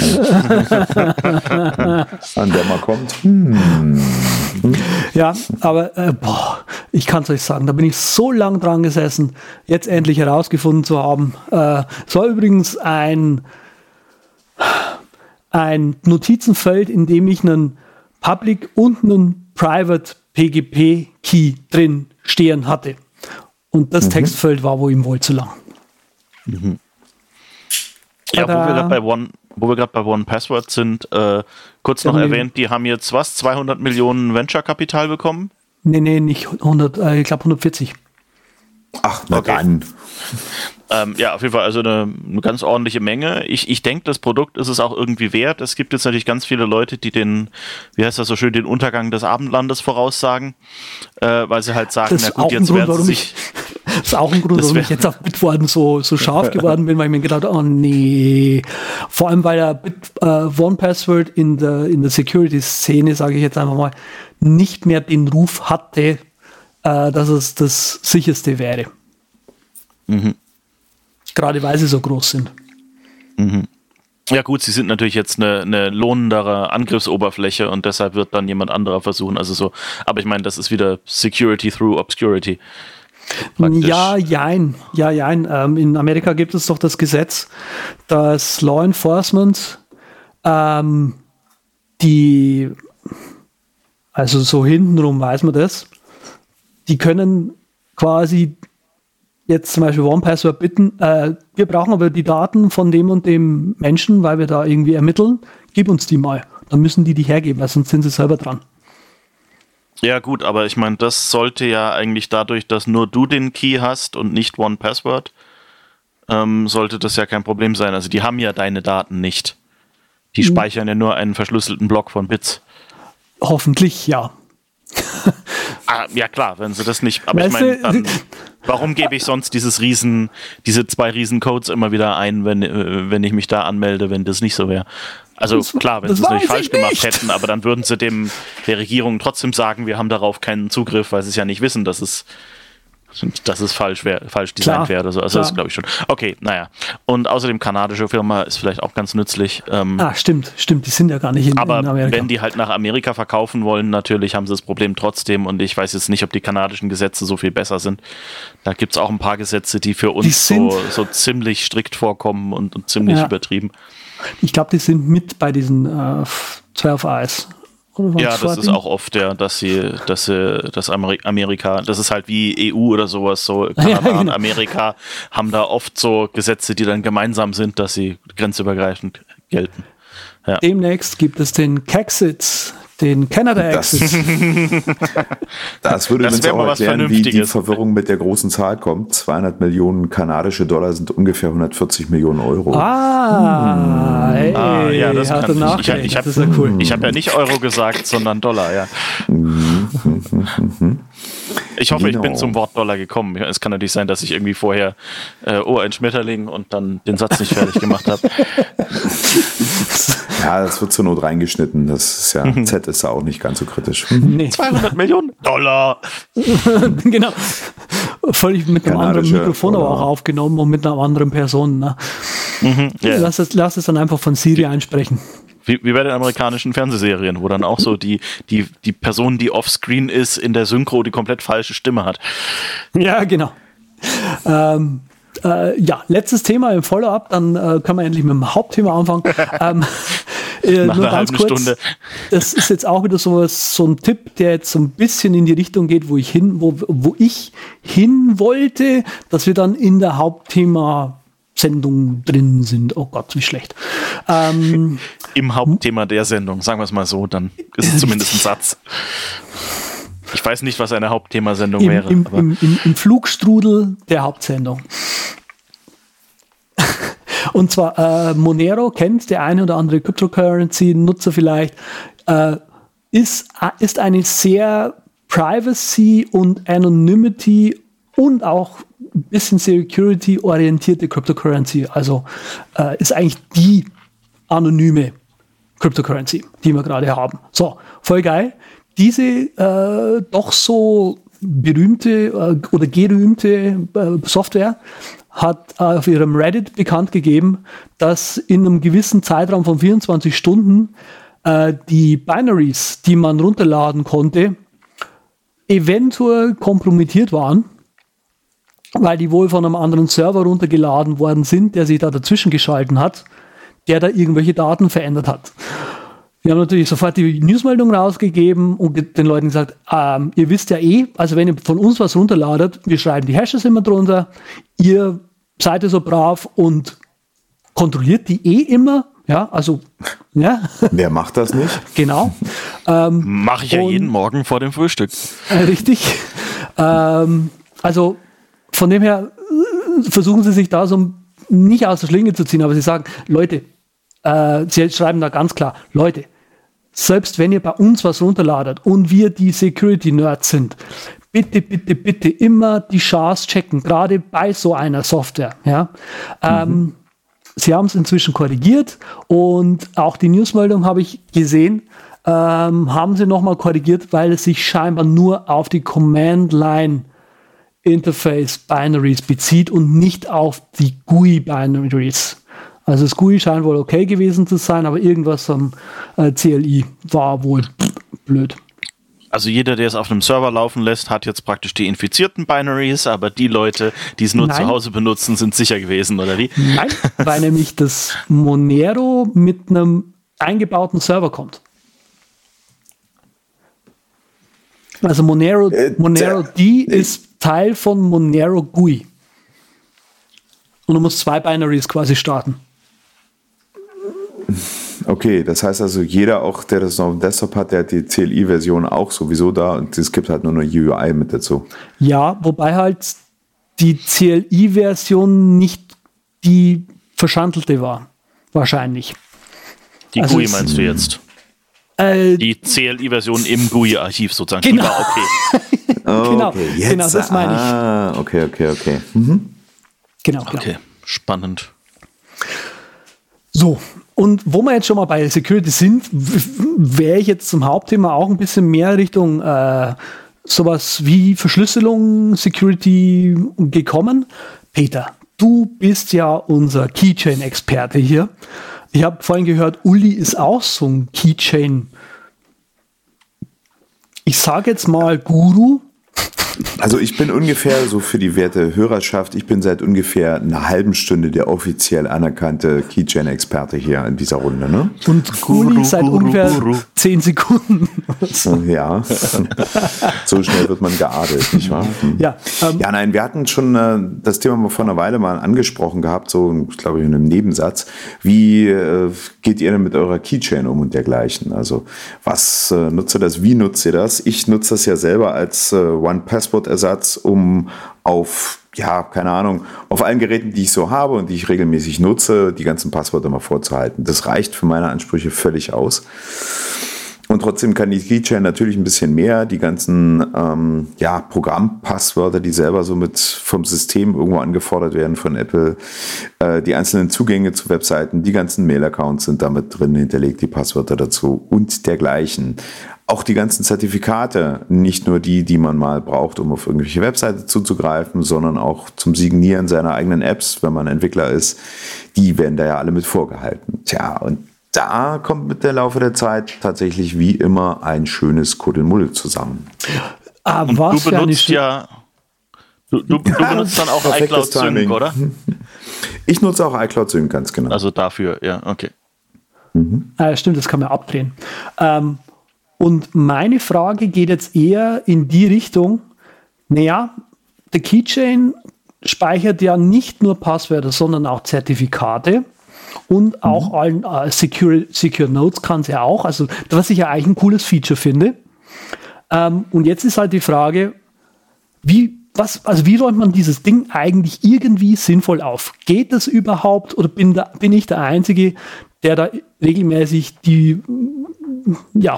An der man kommt. Hm. Ja, aber äh, boah, ich kann es euch sagen, da bin ich so lang dran gesessen, jetzt endlich herausgefunden zu haben. Äh, es war übrigens ein, ein Notizenfeld, in dem ich einen Public und einen Private P G P-Key drin stehen hatte. Und das mhm. Textfeld war wohl ihm wohl zu lang. Mhm. Ja, wo wir gerade bei One, wo wir gerade bei One Password sind, äh, kurz noch ja, erwähnt, die haben jetzt was, zweihundert Millionen Venture-Kapital bekommen? Nee, nee, nicht hundert, äh, ich glaube hundertvierzig. Ach, na okay. Dann. Ähm, ja, auf jeden Fall, also eine, eine ganz ordentliche Menge. Ich, ich denke, das Produkt ist es auch irgendwie wert. Es gibt jetzt natürlich ganz viele Leute, die den, wie heißt das so schön, den Untergang des Abendlandes voraussagen, äh, weil sie halt sagen, na gut, jetzt Grund, werden sie sich... Ich, das ist auch ein Grund, warum ich jetzt auf Bitwarden so, so scharf geworden bin, weil ich mir gedacht habe, oh nee. Vor allem, weil der Bit, äh, one Password in der, in der Security-Szene, sage ich jetzt einfach mal, nicht mehr den Ruf hatte, äh, dass es das sicherste wäre. Mhm. Gerade weil sie so groß sind. Mhm. Ja gut, sie sind natürlich jetzt eine, eine lohnendere Angriffsoberfläche und deshalb wird dann jemand anderer versuchen. Also so, aber ich meine, das ist wieder Security through Obscurity. Praktisch. Ja, jein. Ja, jein. Ähm, in Amerika gibt es doch das Gesetz, dass Law Enforcement ähm, die, also so hintenrum weiß man das, die können quasi jetzt zum Beispiel one Password bitten, äh, wir brauchen aber die Daten von dem und dem Menschen, weil wir da irgendwie ermitteln, gib uns die mal. Dann müssen die die hergeben, weil sonst sind sie selber dran. Ja gut, aber ich meine, das sollte ja eigentlich dadurch, dass nur du den Key hast und nicht one Password, ähm, sollte das ja kein Problem sein. Also die haben ja deine Daten nicht. Die hm. speichern ja nur einen verschlüsselten Block von Bits. Hoffentlich, ja. Ah, ja klar, wenn sie das nicht, aber weißt ich meine, dann, warum gebe ich sonst dieses Riesen, diese zwei Riesencodes immer wieder ein, wenn, äh, wenn ich mich da anmelde, wenn das nicht so wäre? Also das, klar, wenn sie es natürlich falsch gemacht nicht. hätten, aber dann würden sie dem der Regierung trotzdem sagen, wir haben darauf keinen Zugriff, weil sie es ja nicht wissen, dass es dass es falsch, wär, falsch designt wäre oder so. Also klar. Das glaube ich schon. Okay, naja. Und außerdem kanadische Firma ist vielleicht auch ganz nützlich. Ähm, ah, stimmt, stimmt. Die sind ja gar nicht in, aber in Amerika. Wenn die halt nach Amerika verkaufen wollen, natürlich haben sie das Problem trotzdem. Und ich weiß jetzt nicht, ob die kanadischen Gesetze so viel besser sind. Da gibt es auch ein paar Gesetze, die für uns die so, so ziemlich strikt vorkommen und, und ziemlich ja. übertrieben. Ich glaube, die sind mit bei diesen äh, zwölf Eis. Ja, das ist auch oft, ja, dass sie, dass sie, dass Amerika, das ist halt wie E U oder sowas, so Kanada ja, genau. und Amerika haben da oft so Gesetze, die dann gemeinsam sind, dass sie grenzübergreifend gelten. Ja. Demnächst gibt es den Kexit, den Canada Access. Das würde Das uns wär auch mal was erklären, wie die Vernünftiges. Verwirrung mit der großen Zahl kommt. zweihundert Millionen kanadische Dollar sind ungefähr hundertvierzig Millionen Euro. Ah, hey, Ah, ja, das hat kann er ich. Ich, ich, ich habe das ist ja cool. ich hab ja nicht Euro gesagt, sondern Dollar, ja. Ich hoffe, ich bin Genau. zum Wort Dollar gekommen. Es kann natürlich sein, dass ich irgendwie vorher äh, oh, ein Schmetterling und dann den Satz nicht fertig gemacht habe. Ja, das wird zur Not reingeschnitten. Das ist ja, Z ist ja auch nicht ganz so kritisch. Nee, zweihundert Millionen Dollar. genau. Völlig mit einem anderen Kanadische Mikrofon aber Dollar. auch aufgenommen und mit einer anderen Person. Ne? Ja. Lass, es, lass es dann einfach von Siri einsprechen. Wie, wie bei den amerikanischen Fernsehserien, wo dann auch so die, die, die Person, die offscreen ist, in der Synchro die komplett falsche Stimme hat. Ja, genau. Ähm, äh, ja, letztes Thema im Follow-up, dann äh, können wir endlich mit dem Hauptthema anfangen. ähm, äh, Nach nur einer ganz halben kurz, Stunde. das ist jetzt auch wieder so, was, so ein Tipp, der jetzt so ein bisschen in die Richtung geht, wo ich hin, wo, wo ich hin wollte, dass wir dann in der Hauptthema Sendung drin sind. Oh Gott, wie schlecht. Ähm, Im Hauptthema der Sendung, sagen wir es mal so, dann ist es zumindest ein Satz. Ich weiß nicht, was eine Hauptthemasendung im, wäre. im, aber im, im, Im Flugstrudel der Hauptsendung. Und zwar äh, Monero kennt der eine oder andere Cryptocurrency-Nutzer vielleicht, äh, ist, ist eine sehr Privacy- und Anonymity und auch ein bisschen Security-orientierte Cryptocurrency. Also äh, ist eigentlich die anonyme Cryptocurrency, die wir gerade haben. So, voll geil. Diese äh, doch so berühmte äh, oder gerühmte äh, Software hat äh, auf ihrem Reddit bekannt gegeben, dass in einem gewissen Zeitraum von vierundzwanzig Stunden äh, die Binaries, die man runterladen konnte, eventuell kompromittiert waren, weil die wohl von einem anderen Server runtergeladen worden sind, der sich da dazwischen geschalten hat, der da irgendwelche Daten verändert hat. Wir haben natürlich sofort die Newsmeldung rausgegeben und den Leuten gesagt, ähm, ihr wisst ja eh, also wenn ihr von uns was runterladet, wir schreiben die Hashes immer drunter, ihr seid ja so brav und kontrolliert die eh immer, ja, also, ja. Wer macht das nicht? Genau. Ähm, mache ich ja und- jeden Morgen vor dem Frühstück. Äh, richtig. Ähm, also von dem her äh, versuchen sie sich da so nicht aus der Schlinge zu ziehen, aber sie sagen, Leute, äh, sie schreiben da ganz klar, Leute, selbst wenn ihr bei uns was runterladet und wir die Security-Nerds sind, bitte, bitte, bitte immer die Chars checken, gerade bei so einer Software. Ja? Ähm, sie haben es inzwischen korrigiert und auch die Newsmeldung habe ich gesehen, ähm, haben sie nochmal korrigiert, weil es sich scheinbar nur auf die Command-Line Interface Binaries bezieht und nicht auf die G U I Binaries. Also das G U I scheint wohl okay gewesen zu sein, aber irgendwas am äh, C L I war wohl blöd. Also jeder, der es auf einem Server laufen lässt, hat jetzt praktisch die infizierten Binaries, aber die Leute, die es nur Nein. zu Hause benutzen, sind sicher gewesen, oder wie? Nein, weil nämlich das Monero mit einem eingebauten Server kommt. Also Monero, Äh, Monero der- D ist Teil von Monero G U I. Und du musst zwei Binaries quasi starten. Okay, das heißt also, jeder auch, der das noch auf dem Desktop hat, der hat die C L I-Version auch sowieso da und es gibt halt nur eine U I mit dazu. Ja, wobei halt die C L I-Version nicht die verschandelte war. Wahrscheinlich. Die Also G U I es- meinst du jetzt? Äh, Die C L I-Version im G U I-Archiv sozusagen. Genau. Die war okay. Genau, okay, jetzt, genau, das meine ich. Ah, okay, okay, okay. Mhm. genau, genau. Okay, spannend. So, und wo wir jetzt schon mal bei Security sind, w- wäre ich jetzt zum Hauptthema auch ein bisschen mehr Richtung äh, sowas wie Verschlüsselung, Security gekommen. Peter, du bist ja unser Keychain-Experte hier. Ich habe vorhin gehört, Uli ist auch so ein Keychain. Ich sage jetzt mal Guru. Also ich bin ungefähr, so für die werte Hörerschaft, ich bin seit ungefähr einer halben Stunde der offiziell anerkannte Keychain-Experte hier in dieser Runde. Ne? Und Kuli seit Guru, ungefähr Guru. zehn Sekunden. Ja, so schnell wird man geadelt, nicht wahr? Ja, ähm, ja, nein, wir hatten schon äh, das Thema mal vor einer Weile mal angesprochen gehabt, so glaube ich in einem Nebensatz. Wie äh, geht ihr denn mit eurer Keychain um und dergleichen? Also was äh, nutzt ihr das, wie nutzt ihr das? Ich nutze das ja selber als äh, One-Password-Ersatz, um auf, ja, keine Ahnung, auf allen Geräten, die ich so habe und die ich regelmäßig nutze, die ganzen Passwörter mal vorzuhalten. Das reicht für meine Ansprüche völlig aus. Und trotzdem kann die Keychain natürlich ein bisschen mehr. Die ganzen ähm, ja, Programmpasswörter, die selber so mit vom System irgendwo angefordert werden von Apple, äh, die einzelnen Zugänge zu Webseiten, die ganzen Mail-Accounts sind damit drin hinterlegt, die Passwörter dazu und dergleichen. Auch die ganzen Zertifikate, nicht nur die, die man mal braucht, um auf irgendwelche Webseiten zuzugreifen, sondern auch zum Signieren seiner eigenen Apps, wenn man Entwickler ist, die werden da ja alle mit vorgehalten. Tja, und da kommt mit der Laufe der Zeit tatsächlich wie immer ein schönes Kuddelmuddel zusammen. Ah, und was du benutzt ja, du, du, du benutzt dann auch iCloud Sync, oder? Ich nutze auch iCloud Sync, ganz genau. Also dafür, ja, okay. Mhm. Ah, stimmt, das kann man abdrehen. Ähm, und meine Frage geht jetzt eher in die Richtung, naja, der Keychain speichert ja nicht nur Passwörter, sondern auch Zertifikate. Und auch mhm. allen äh, Secure, Secure Notes kann es ja auch, also was ich ja eigentlich ein cooles Feature finde. Ähm, und jetzt ist halt die Frage, wie, was, also wie räumt man dieses Ding eigentlich irgendwie sinnvoll auf? Geht das überhaupt oder bin, da, bin ich der Einzige, der da regelmäßig die, ja,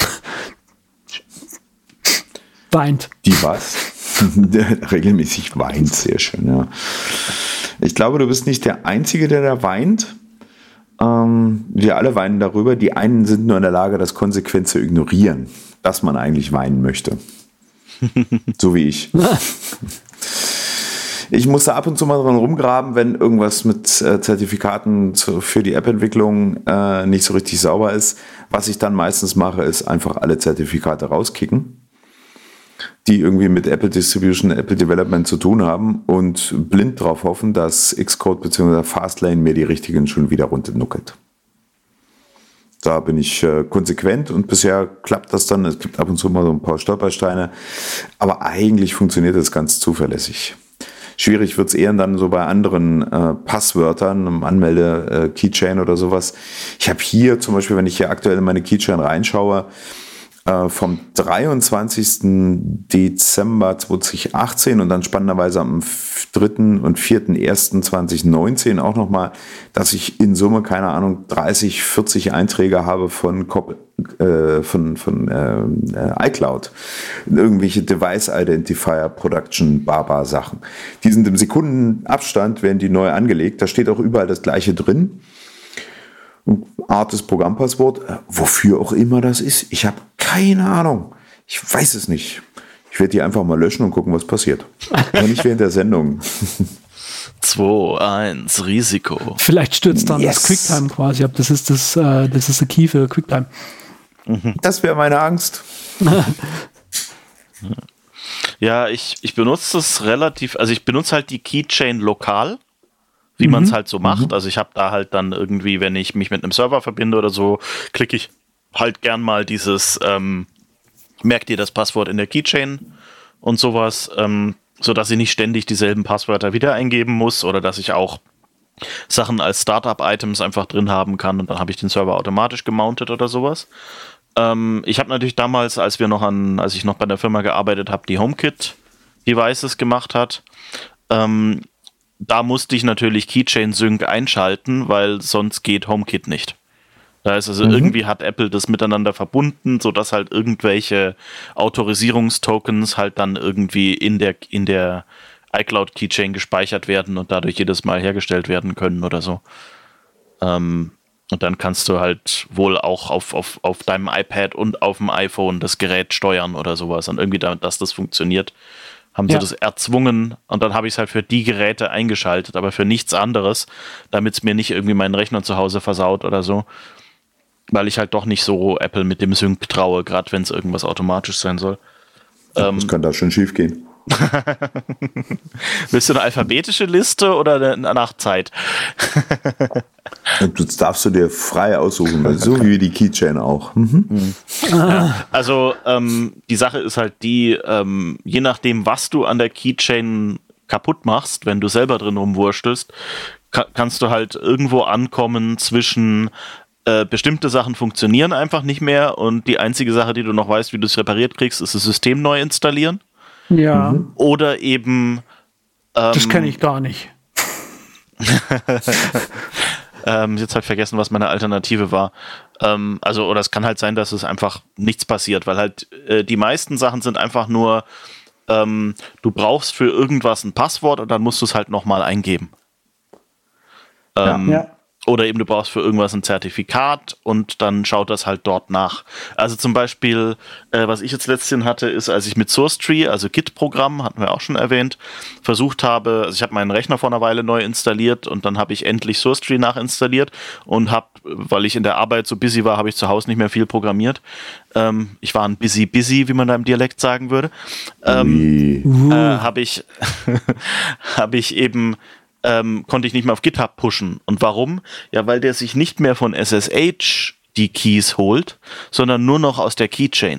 weint? Die was? Der regelmäßig weint, sehr schön, ja. Ich glaube, du bist nicht der Einzige, der da weint. Ähm, wir alle weinen darüber. Die einen sind nur in der Lage, das konsequent zu ignorieren, dass man eigentlich weinen möchte. So wie ich. Ich musste ab und zu mal dran rumgraben, wenn irgendwas mit äh, Zertifikaten zu, für die App-Entwicklung äh, nicht so richtig sauber ist. Was ich dann meistens mache, ist einfach alle Zertifikate rauskicken, die irgendwie mit Apple Distribution, Apple Development zu tun haben und blind darauf hoffen, dass Xcode bzw. Fastlane mir die richtigen schon wieder runternuckelt. Da bin ich äh, konsequent und bisher klappt das dann. Es gibt ab und zu mal so ein paar Stolpersteine, aber eigentlich funktioniert das ganz zuverlässig. Schwierig wird es eher dann so bei anderen äh, Passwörtern, einem Anmelde-Keychain äh, oder sowas. Ich habe hier zum Beispiel, wenn ich hier aktuell in meine Keychain reinschaue, vom dreiundzwanzigsten Dezember zweitausendachtzehn und dann spannenderweise am dritten und vierten ersten zweitausendneunzehn auch nochmal, dass ich in Summe, keine Ahnung, dreißig, vierzig Einträge habe von, äh, von, von äh, iCloud. Irgendwelche Device Identifier Production Baba Sachen. Die sind im Sekundenabstand, werden die neu angelegt. Da steht auch überall das Gleiche drin. Art des Programmpasswort, wofür auch immer das ist. Ich habe keine Ahnung. Ich weiß es nicht. Ich werde die einfach mal löschen und gucken, was passiert. Aber nicht während der Sendung. zwei, eins, Risiko. Vielleicht stürzt dann yes. das QuickTime quasi ab. Das ist das, äh, das ist der Key für QuickTime. Das wäre meine Angst. Ja, ich, ich benutze das relativ, also ich benutze halt die Keychain lokal, wie mhm. man es halt so macht. Also ich habe da halt dann irgendwie, wenn ich mich mit einem Server verbinde oder so, klicke ich halt gern mal dieses, ähm, merkt ihr das Passwort in der Keychain und sowas, ähm, sodass ich nicht ständig dieselben Passwörter wieder eingeben muss oder dass ich auch Sachen als Startup-Items einfach drin haben kann und dann habe ich den Server automatisch gemountet oder sowas. Ähm, ich habe natürlich damals, als wir noch an, als ich noch bei der Firma gearbeitet habe, die HomeKit-Devices gemacht hat, ähm, da musste ich natürlich Keychain Sync einschalten, weil sonst geht HomeKit nicht. Da ist also mhm. irgendwie hat Apple das miteinander verbunden, sodass halt irgendwelche Autorisierungstokens halt dann irgendwie in der, in der iCloud Keychain gespeichert werden und dadurch jedes Mal hergestellt werden können oder so. Ähm, und dann kannst du halt wohl auch auf, auf, auf deinem iPad und auf dem iPhone das Gerät steuern oder sowas. Und irgendwie, damit, dass das funktioniert, haben sie ja. das erzwungen und dann habe ich es halt für die Geräte eingeschaltet, aber für nichts anderes, damit es mir nicht irgendwie meinen Rechner zu Hause versaut oder so, weil ich halt doch nicht so Apple mit dem Sync traue, gerade wenn es irgendwas automatisch sein soll. Ähm, das kann da schon schief gehen. Willst du eine alphabetische Liste oder eine Nachtzeit? Das darfst du dir frei aussuchen, so wie die Keychain auch. Mhm. Ja, also ähm, die Sache ist halt die, ähm, je nachdem, was du an der Keychain kaputt machst, wenn du selber drin rumwurstelst, ka- kannst du halt irgendwo ankommen zwischen äh, bestimmte Sachen funktionieren einfach nicht mehr und die einzige Sache, die du noch weißt, wie du es repariert kriegst, ist das System neu installieren. Ja. Mhm. Oder eben ähm, das kenne ich gar nicht. ähm, jetzt habe ich vergessen, was meine Alternative war. Ähm, also, oder es kann halt sein, dass es einfach nichts passiert, weil halt äh, die meisten Sachen sind einfach nur, ähm, du brauchst für irgendwas ein Passwort und dann musst du es halt nochmal eingeben. Ähm, Ja. Oder eben du brauchst für irgendwas ein Zertifikat und dann schaut das halt dort nach. Also zum Beispiel, äh, was ich jetzt letztens hatte, ist, als ich mit SourceTree, also Git-Programm, hatten wir auch schon erwähnt, versucht habe, also ich habe meinen Rechner vor einer Weile neu installiert und dann habe ich endlich SourceTree nachinstalliert und habe, weil ich in der Arbeit so busy war, habe ich zu Hause nicht mehr viel programmiert. Ähm, ich war ein busy busy, wie man da im Dialekt sagen würde. Ähm, äh, habe ich, habe ich eben Ähm, konnte ich nicht mehr auf GitHub pushen. Und warum? Ja, weil der sich nicht mehr von S S H die Keys holt, sondern nur noch aus der Keychain.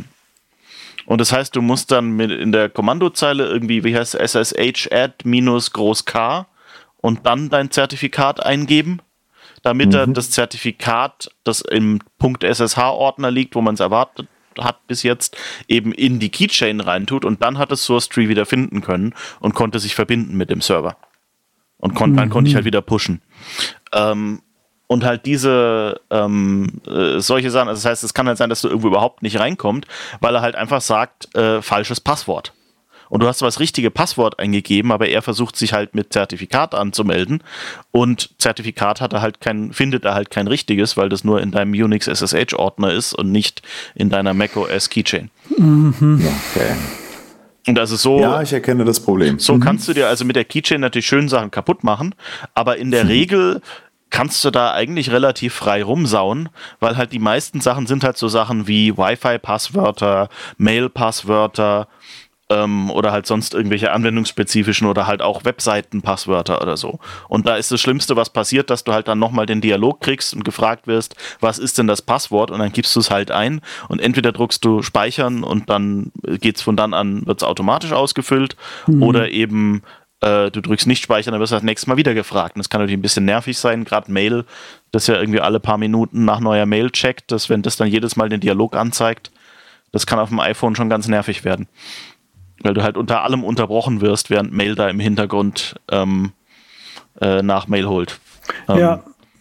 Und das heißt, du musst dann mit in der Kommandozeile irgendwie, wie heißt S S H add minus groß K und dann dein Zertifikat eingeben, damit mhm. er das Zertifikat, das im .ssh-Ordner liegt, wo man es erwartet hat bis jetzt, eben in die Keychain reintut und dann hat es SourceTree wieder finden können und konnte sich verbinden mit dem Server. Und kon- mhm. dann konnte ich halt wieder pushen. Ähm, und halt diese, ähm, äh, solche Sachen, also das heißt, es kann halt sein, dass du irgendwo überhaupt nicht reinkommst, weil er halt einfach sagt, äh, falsches Passwort. Und du hast zwar das richtige Passwort eingegeben, aber er versucht sich halt mit Zertifikat anzumelden und Zertifikat hat er halt kein, findet er halt kein richtiges, weil das nur in deinem Unix S S H-Ordner ist und nicht in deiner macOS Keychain. Mhm. Okay. Und also so, ja, ich erkenne das Problem. So mhm. kannst du dir also mit der Keychain natürlich schön Sachen kaputt machen, aber in der mhm. Regel kannst du da eigentlich relativ frei rumsauen, weil halt die meisten Sachen sind halt so Sachen wie Wi-Fi-Passwörter, Mail-Passwörter ähm, oder halt sonst irgendwelche anwendungsspezifischen oder halt auch Webseiten-Passwörter oder so. Und da ist das Schlimmste, was passiert, dass du halt dann nochmal den Dialog kriegst und gefragt wirst, was ist denn das Passwort? Und dann gibst du es halt ein und entweder druckst du Speichern und dann geht's von dann an, wird's automatisch ausgefüllt mhm. oder eben äh, du drückst nicht Speichern, dann wirst du das nächste Mal wieder gefragt. Und das kann natürlich ein bisschen nervig sein, gerade Mail, das ja irgendwie alle paar Minuten nach neuer Mail checkt, dass wenn das dann jedes Mal den Dialog anzeigt, das kann auf dem iPhone schon ganz nervig werden. Weil du halt unter allem unterbrochen wirst, während Mail da im Hintergrund ähm, äh, nach Mail holt. Ähm, ja.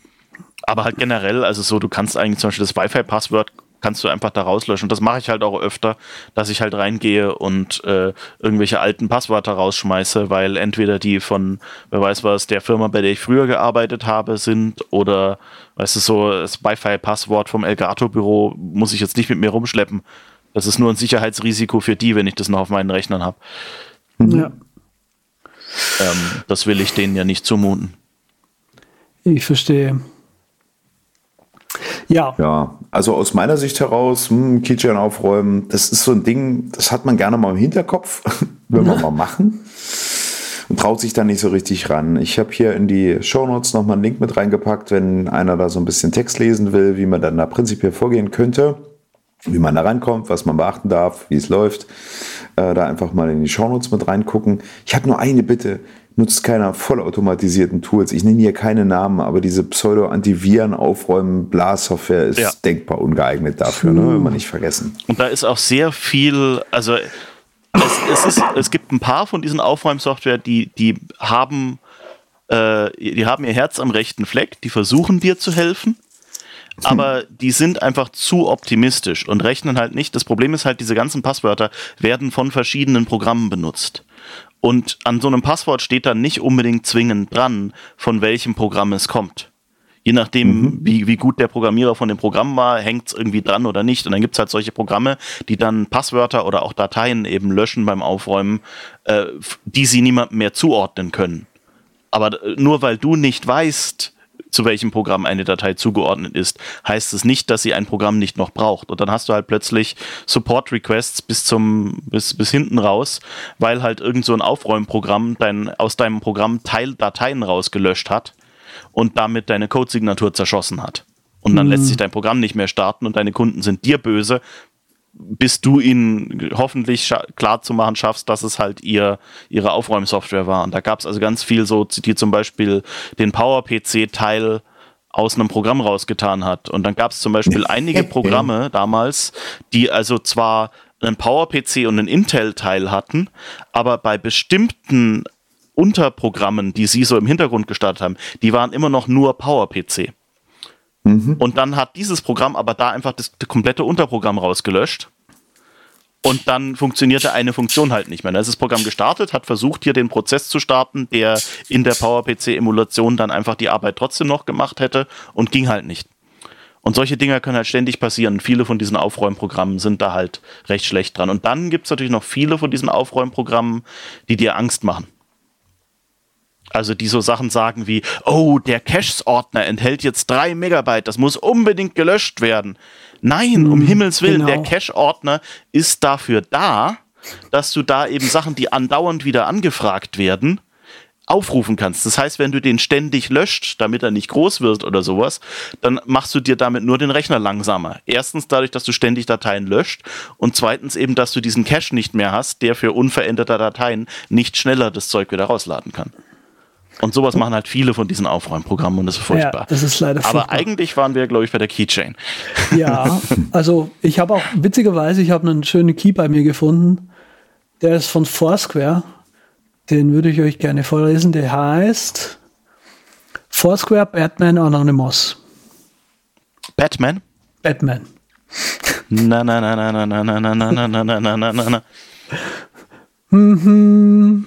Aber halt generell, also so, du kannst eigentlich zum Beispiel das Wi-Fi-Passwort kannst du einfach da rauslöschen. Und das mache ich halt auch öfter, dass ich halt reingehe und äh, irgendwelche alten Passwörter rausschmeiße, weil entweder die von, wer weiß was, der Firma, bei der ich früher gearbeitet habe, sind oder, weißt du, so das Wi-Fi-Passwort vom Elgato-Büro muss ich jetzt nicht mit mir rumschleppen. Das ist nur ein Sicherheitsrisiko für die, wenn ich das noch auf meinen Rechnern habe. Ja. Ähm, das will ich denen ja nicht zumuten. Ich verstehe. Ja. Ja, also aus meiner Sicht heraus, hm, Keychain aufräumen, das ist so ein Ding, das hat man gerne mal im Hinterkopf, will man mal machen und traut sich da nicht so richtig ran. Ich habe hier in die Shownotes nochmal einen Link mit reingepackt, wenn einer da so ein bisschen Text lesen will, wie man dann da prinzipiell vorgehen könnte, wie man da rankommt, was man beachten darf, wie es läuft. Äh, da einfach mal in die Shownotes mit reingucken. Ich habe nur eine Bitte, nutzt keiner vollautomatisierten Tools. Ich nenne hier keine Namen, aber diese Pseudo-Antiviren-Aufräumen-Blas-Software ist ja denkbar ungeeignet dafür, ne? Will man nicht vergessen. Und da ist auch sehr viel, also es, es, ist, es gibt ein paar von diesen Aufräumsoftware, die, die haben äh, die haben ihr Herz am rechten Fleck, die versuchen dir zu helfen. Aber die sind einfach zu optimistisch und rechnen halt nicht. Das Problem ist halt, diese ganzen Passwörter werden von verschiedenen Programmen benutzt. Und an so einem Passwort steht dann nicht unbedingt zwingend dran, von welchem Programm es kommt. Je nachdem, mhm. wie, wie gut der Programmierer von dem Programm war, hängt es irgendwie dran oder nicht. Und dann gibt es halt solche Programme, die dann Passwörter oder auch Dateien eben löschen beim Aufräumen, äh, die sie niemandem mehr zuordnen können. Aber nur weil du nicht weißt, zu welchem Programm eine Datei zugeordnet ist, heißt es nicht, dass sie ein Programm nicht noch braucht. Und dann hast du halt plötzlich Support-Requests bis zum, bis, bis hinten raus, weil halt irgend so ein Aufräumprogramm dein, aus deinem Programm Teildateien rausgelöscht hat und damit deine Codesignatur zerschossen hat. Und dann mhm. lässt sich dein Programm nicht mehr starten und deine Kunden sind dir böse, bis du ihnen hoffentlich scha- klar zu machen schaffst, dass es halt ihr, ihre Aufräumsoftware war. Und da gab es also ganz viel so, die zum Beispiel den Power-P C-Teil aus einem Programm rausgetan hat. Und dann gab es zum Beispiel einige Programme damals, die also zwar einen Power-P C und einen Intel-Teil hatten, aber bei bestimmten Unterprogrammen, die sie so im Hintergrund gestartet haben, die waren immer noch nur Power-P C. Mhm. Und dann hat dieses Programm aber da einfach das, das komplette Unterprogramm rausgelöscht und dann funktionierte eine Funktion halt nicht mehr. Dann ist das Programm gestartet, hat versucht, hier den Prozess zu starten, der in der Power-P C-Emulation dann einfach die Arbeit trotzdem noch gemacht hätte und ging halt nicht. Und solche Dinger können halt ständig passieren. Viele von diesen Aufräumprogrammen sind da halt recht schlecht dran. Und dann gibt es natürlich noch viele von diesen Aufräumprogrammen, die dir Angst machen. Also die so Sachen sagen wie, oh, der Caches-Ordner enthält jetzt drei Megabyte, das muss unbedingt gelöscht werden. Nein, um hm, Himmels Willen, genau. Der Cache-Ordner ist dafür da, dass du da eben Sachen, die andauernd wieder angefragt werden, aufrufen kannst. Das heißt, wenn du den ständig löscht, damit er nicht groß wird oder sowas, dann machst du dir damit nur den Rechner langsamer. Erstens dadurch, dass du ständig Dateien löscht und zweitens eben, dass du diesen Cache nicht mehr hast, der für unveränderte Dateien nicht schneller das Zeug wieder rausladen kann. Und sowas machen halt viele von diesen Aufräumprogrammen und das ist furchtbar. Ja, das ist leider furchtbar. Aber eigentlich waren wir, glaube ich, bei der Keychain. Ja, also ich habe auch, witzigerweise, ich habe einen schönen Key bei mir gefunden. Der ist von Foursquare. Den würde ich euch gerne vorlesen. Der heißt Foursquare Batman Anonymous. Batman? Batman. Na, na, na, na, na, na, na, na, na, na, na, na, na, na, na. Mhm.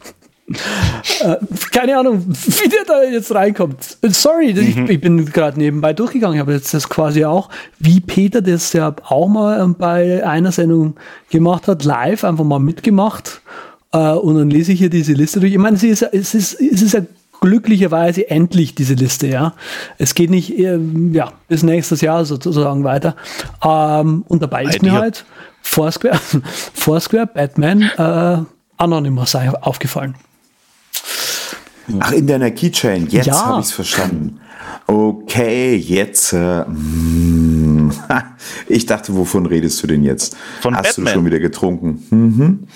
äh, keine Ahnung, wie der da jetzt reinkommt. Sorry, mhm. ich, ich bin gerade nebenbei durchgegangen. Ich habe jetzt das quasi auch, wie Peter das ja auch mal bei einer Sendung gemacht hat, live einfach mal mitgemacht. Äh, und dann lese ich hier diese Liste durch. Ich meine, sie ist, es ist, es ist ja glücklicherweise endlich diese Liste, ja. Es geht nicht äh, ja, bis nächstes Jahr sozusagen weiter. Ähm, und dabei ist mir halt Foursquare, Foursquare Batman äh, Anonymous aufgefallen. Ach, in deiner Keychain, jetzt ja. habe ich es verstanden. Okay, jetzt. Äh, mm, ich dachte, wovon redest du denn jetzt? Von Hast Batman. Du schon wieder getrunken? Mhm.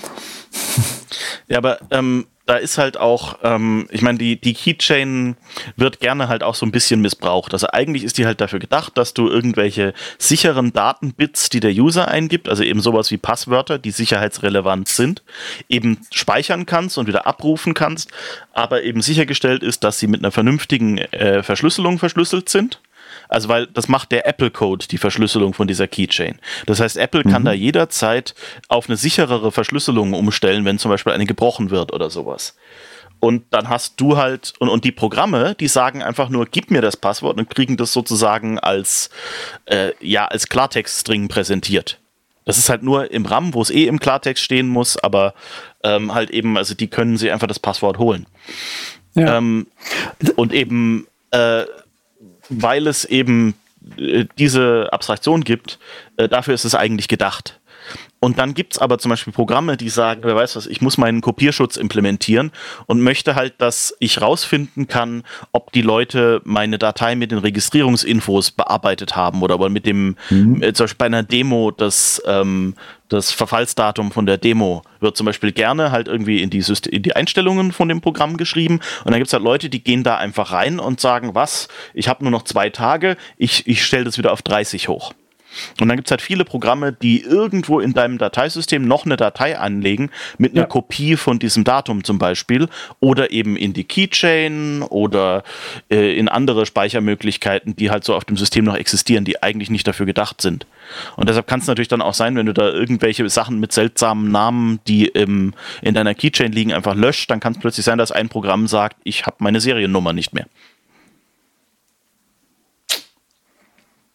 Ja, aber ähm, da ist halt auch, ähm, ich meine, die, die Keychain wird gerne halt auch so ein bisschen missbraucht. Also eigentlich ist die halt dafür gedacht, dass du irgendwelche sicheren Datenbits, die der User eingibt, also eben sowas wie Passwörter, die sicherheitsrelevant sind, eben speichern kannst und wieder abrufen kannst, aber eben sichergestellt ist, dass sie mit einer vernünftigen äh, Verschlüsselung verschlüsselt sind. Also weil das macht der Apple-Code, die Verschlüsselung von dieser Keychain. Das heißt, Apple mhm. kann da jederzeit auf eine sicherere Verschlüsselung umstellen, wenn zum Beispiel eine gebrochen wird oder sowas. Und dann hast du halt, und, und die Programme, die sagen einfach nur, gib mir das Passwort und kriegen das sozusagen als, äh, ja, als Klartext-String präsentiert. Das ist halt nur im RAM, wo es eh im Klartext stehen muss, aber ähm, halt eben, also die können sich einfach das Passwort holen. Ja. Ähm, und eben, äh, weil es eben äh, diese Abstraktion gibt, äh, dafür ist es eigentlich gedacht. Und dann gibt es aber zum Beispiel Programme, die sagen, wer weiß was, ich muss meinen Kopierschutz implementieren und möchte halt, dass ich rausfinden kann, ob die Leute meine Datei mit den Registrierungsinfos bearbeitet haben oder aber mit dem, mhm. äh, zum Beispiel bei einer Demo, das, ähm, das Verfallsdatum von der Demo wird zum Beispiel gerne halt irgendwie in die, Syst- in die Einstellungen von dem Programm geschrieben und dann gibt es halt Leute, die gehen da einfach rein und sagen, was, ich habe nur noch zwei Tage, ich, ich stelle das wieder auf dreißig hoch. Und dann gibt es halt viele Programme, die irgendwo in deinem Dateisystem noch eine Datei anlegen, mit einer ja. Kopie von diesem Datum zum Beispiel, oder eben in die Keychain oder äh, in andere Speichermöglichkeiten, die halt so auf dem System noch existieren, die eigentlich nicht dafür gedacht sind. Und deshalb kann es natürlich dann auch sein, wenn du da irgendwelche Sachen mit seltsamen Namen, die im, in deiner Keychain liegen, einfach löscht, dann kann es plötzlich sein, dass ein Programm sagt, ich habe meine Seriennummer nicht mehr.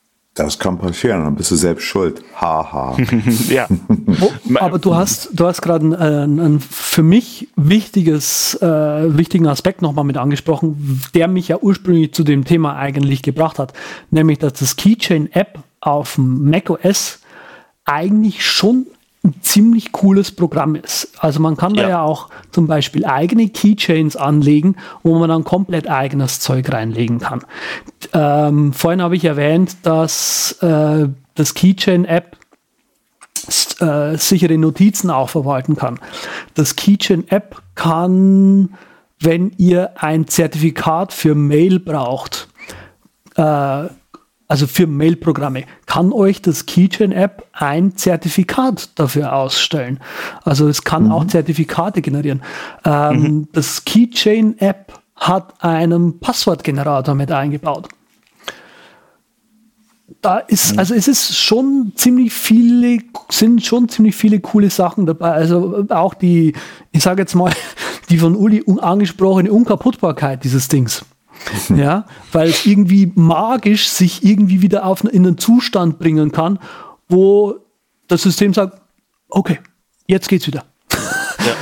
Das kann passieren, dann bist du selbst schuld. Haha. Ja. Wo, aber du hast, du hast gerade einen, einen für mich wichtiges, äh, wichtigen Aspekt nochmal mit angesprochen, der mich ja ursprünglich zu dem Thema eigentlich gebracht hat, nämlich, dass das Keychain-App auf dem macOS eigentlich schon ein ziemlich cooles Programm ist. Also man kann ja. da ja auch zum Beispiel eigene Keychains anlegen, wo man dann komplett eigenes Zeug reinlegen kann. Ähm, vorhin habe ich erwähnt, dass äh, das Keychain-App äh, sichere Notizen auch verwalten kann. Das Keychain-App kann, wenn ihr ein Zertifikat für Mail braucht, äh, also für Mail-Programme, kann euch das Keychain-App ein Zertifikat dafür ausstellen. Also es kann mhm. auch Zertifikate generieren. Ähm, mhm. Das Keychain-App hat einen Passwortgenerator mit eingebaut. Da ist, mhm. also es ist schon ziemlich viele, sind schon ziemlich viele coole Sachen dabei. Also auch die, ich sage jetzt mal, die von Uli angesprochene Unkaputtbarkeit dieses Dings. Ja, weil es irgendwie magisch sich irgendwie wieder auf, in einen Zustand bringen kann, wo das System sagt, okay, jetzt geht's wieder. Ja.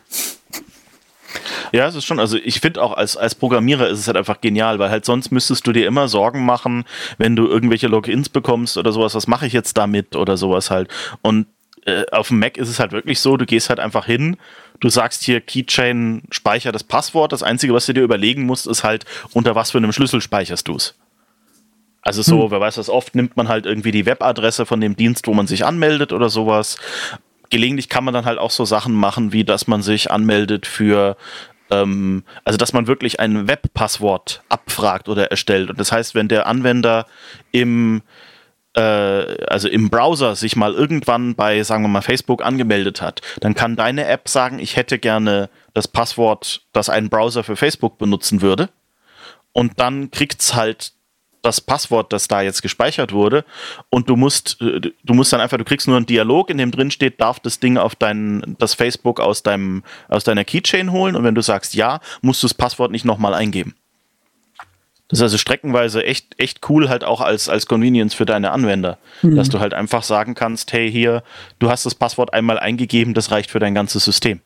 Ja, es ist schon, also ich finde auch als, als Programmierer ist es halt einfach genial, weil halt sonst müsstest du dir immer Sorgen machen, wenn du irgendwelche Logins bekommst oder sowas, was mache ich jetzt damit oder sowas halt. Und äh, auf dem Mac ist es halt wirklich so, du gehst halt einfach hin, du sagst hier Keychain, speicher das Passwort. Das Einzige, was du dir überlegen musst, ist halt, unter was für einem Schlüssel speicherst du es. Also so, hm. wer weiß was, oft nimmt man halt irgendwie die Webadresse von dem Dienst, wo man sich anmeldet oder sowas. Gelegentlich kann man dann halt auch so Sachen machen, wie dass man sich anmeldet für, ähm, also dass man wirklich ein Webpasswort abfragt oder erstellt. Und das heißt, wenn der Anwender im also im Browser sich mal irgendwann bei, sagen wir mal, Facebook angemeldet hat, dann kann deine App sagen, ich hätte gerne das Passwort, das ein Browser für Facebook benutzen würde. Und dann kriegt's halt das Passwort, das da jetzt gespeichert wurde. Und du musst, du musst dann einfach, du kriegst nur einen Dialog, in dem drin steht, darf das Ding auf dein, das Facebook aus deinem, aus deiner Keychain holen. Und wenn du sagst ja, musst du das Passwort nicht nochmal eingeben. Das ist also streckenweise echt, echt cool halt auch als, als Convenience für deine Anwender, mhm. dass du halt einfach sagen kannst, hey hier, du hast das Passwort einmal eingegeben, das reicht für dein ganzes System.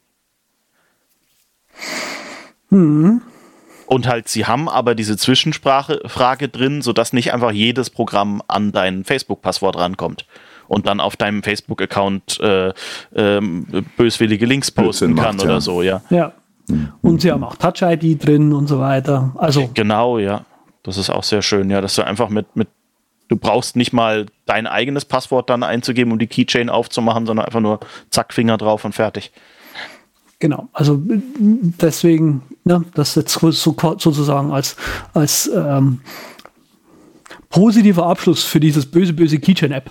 Mhm. Und halt, sie haben aber diese Zwischensprache Frage drin, sodass nicht einfach jedes Programm an dein Facebook-Passwort rankommt und dann auf deinem Facebook-Account äh, äh, böswillige Links posten kann macht, oder ja. so, ja. Ja. Und sie haben auch Touch-I D drin und so weiter. Also genau, ja. Das ist auch sehr schön, ja, dass du einfach mit, mit, du brauchst nicht mal dein eigenes Passwort dann einzugeben, um die Keychain aufzumachen, sondern einfach nur zack, Finger drauf und fertig. Genau, also deswegen, ne, das jetzt so, sozusagen als, als ähm, positiver Abschluss für dieses böse, böse Keychain-App.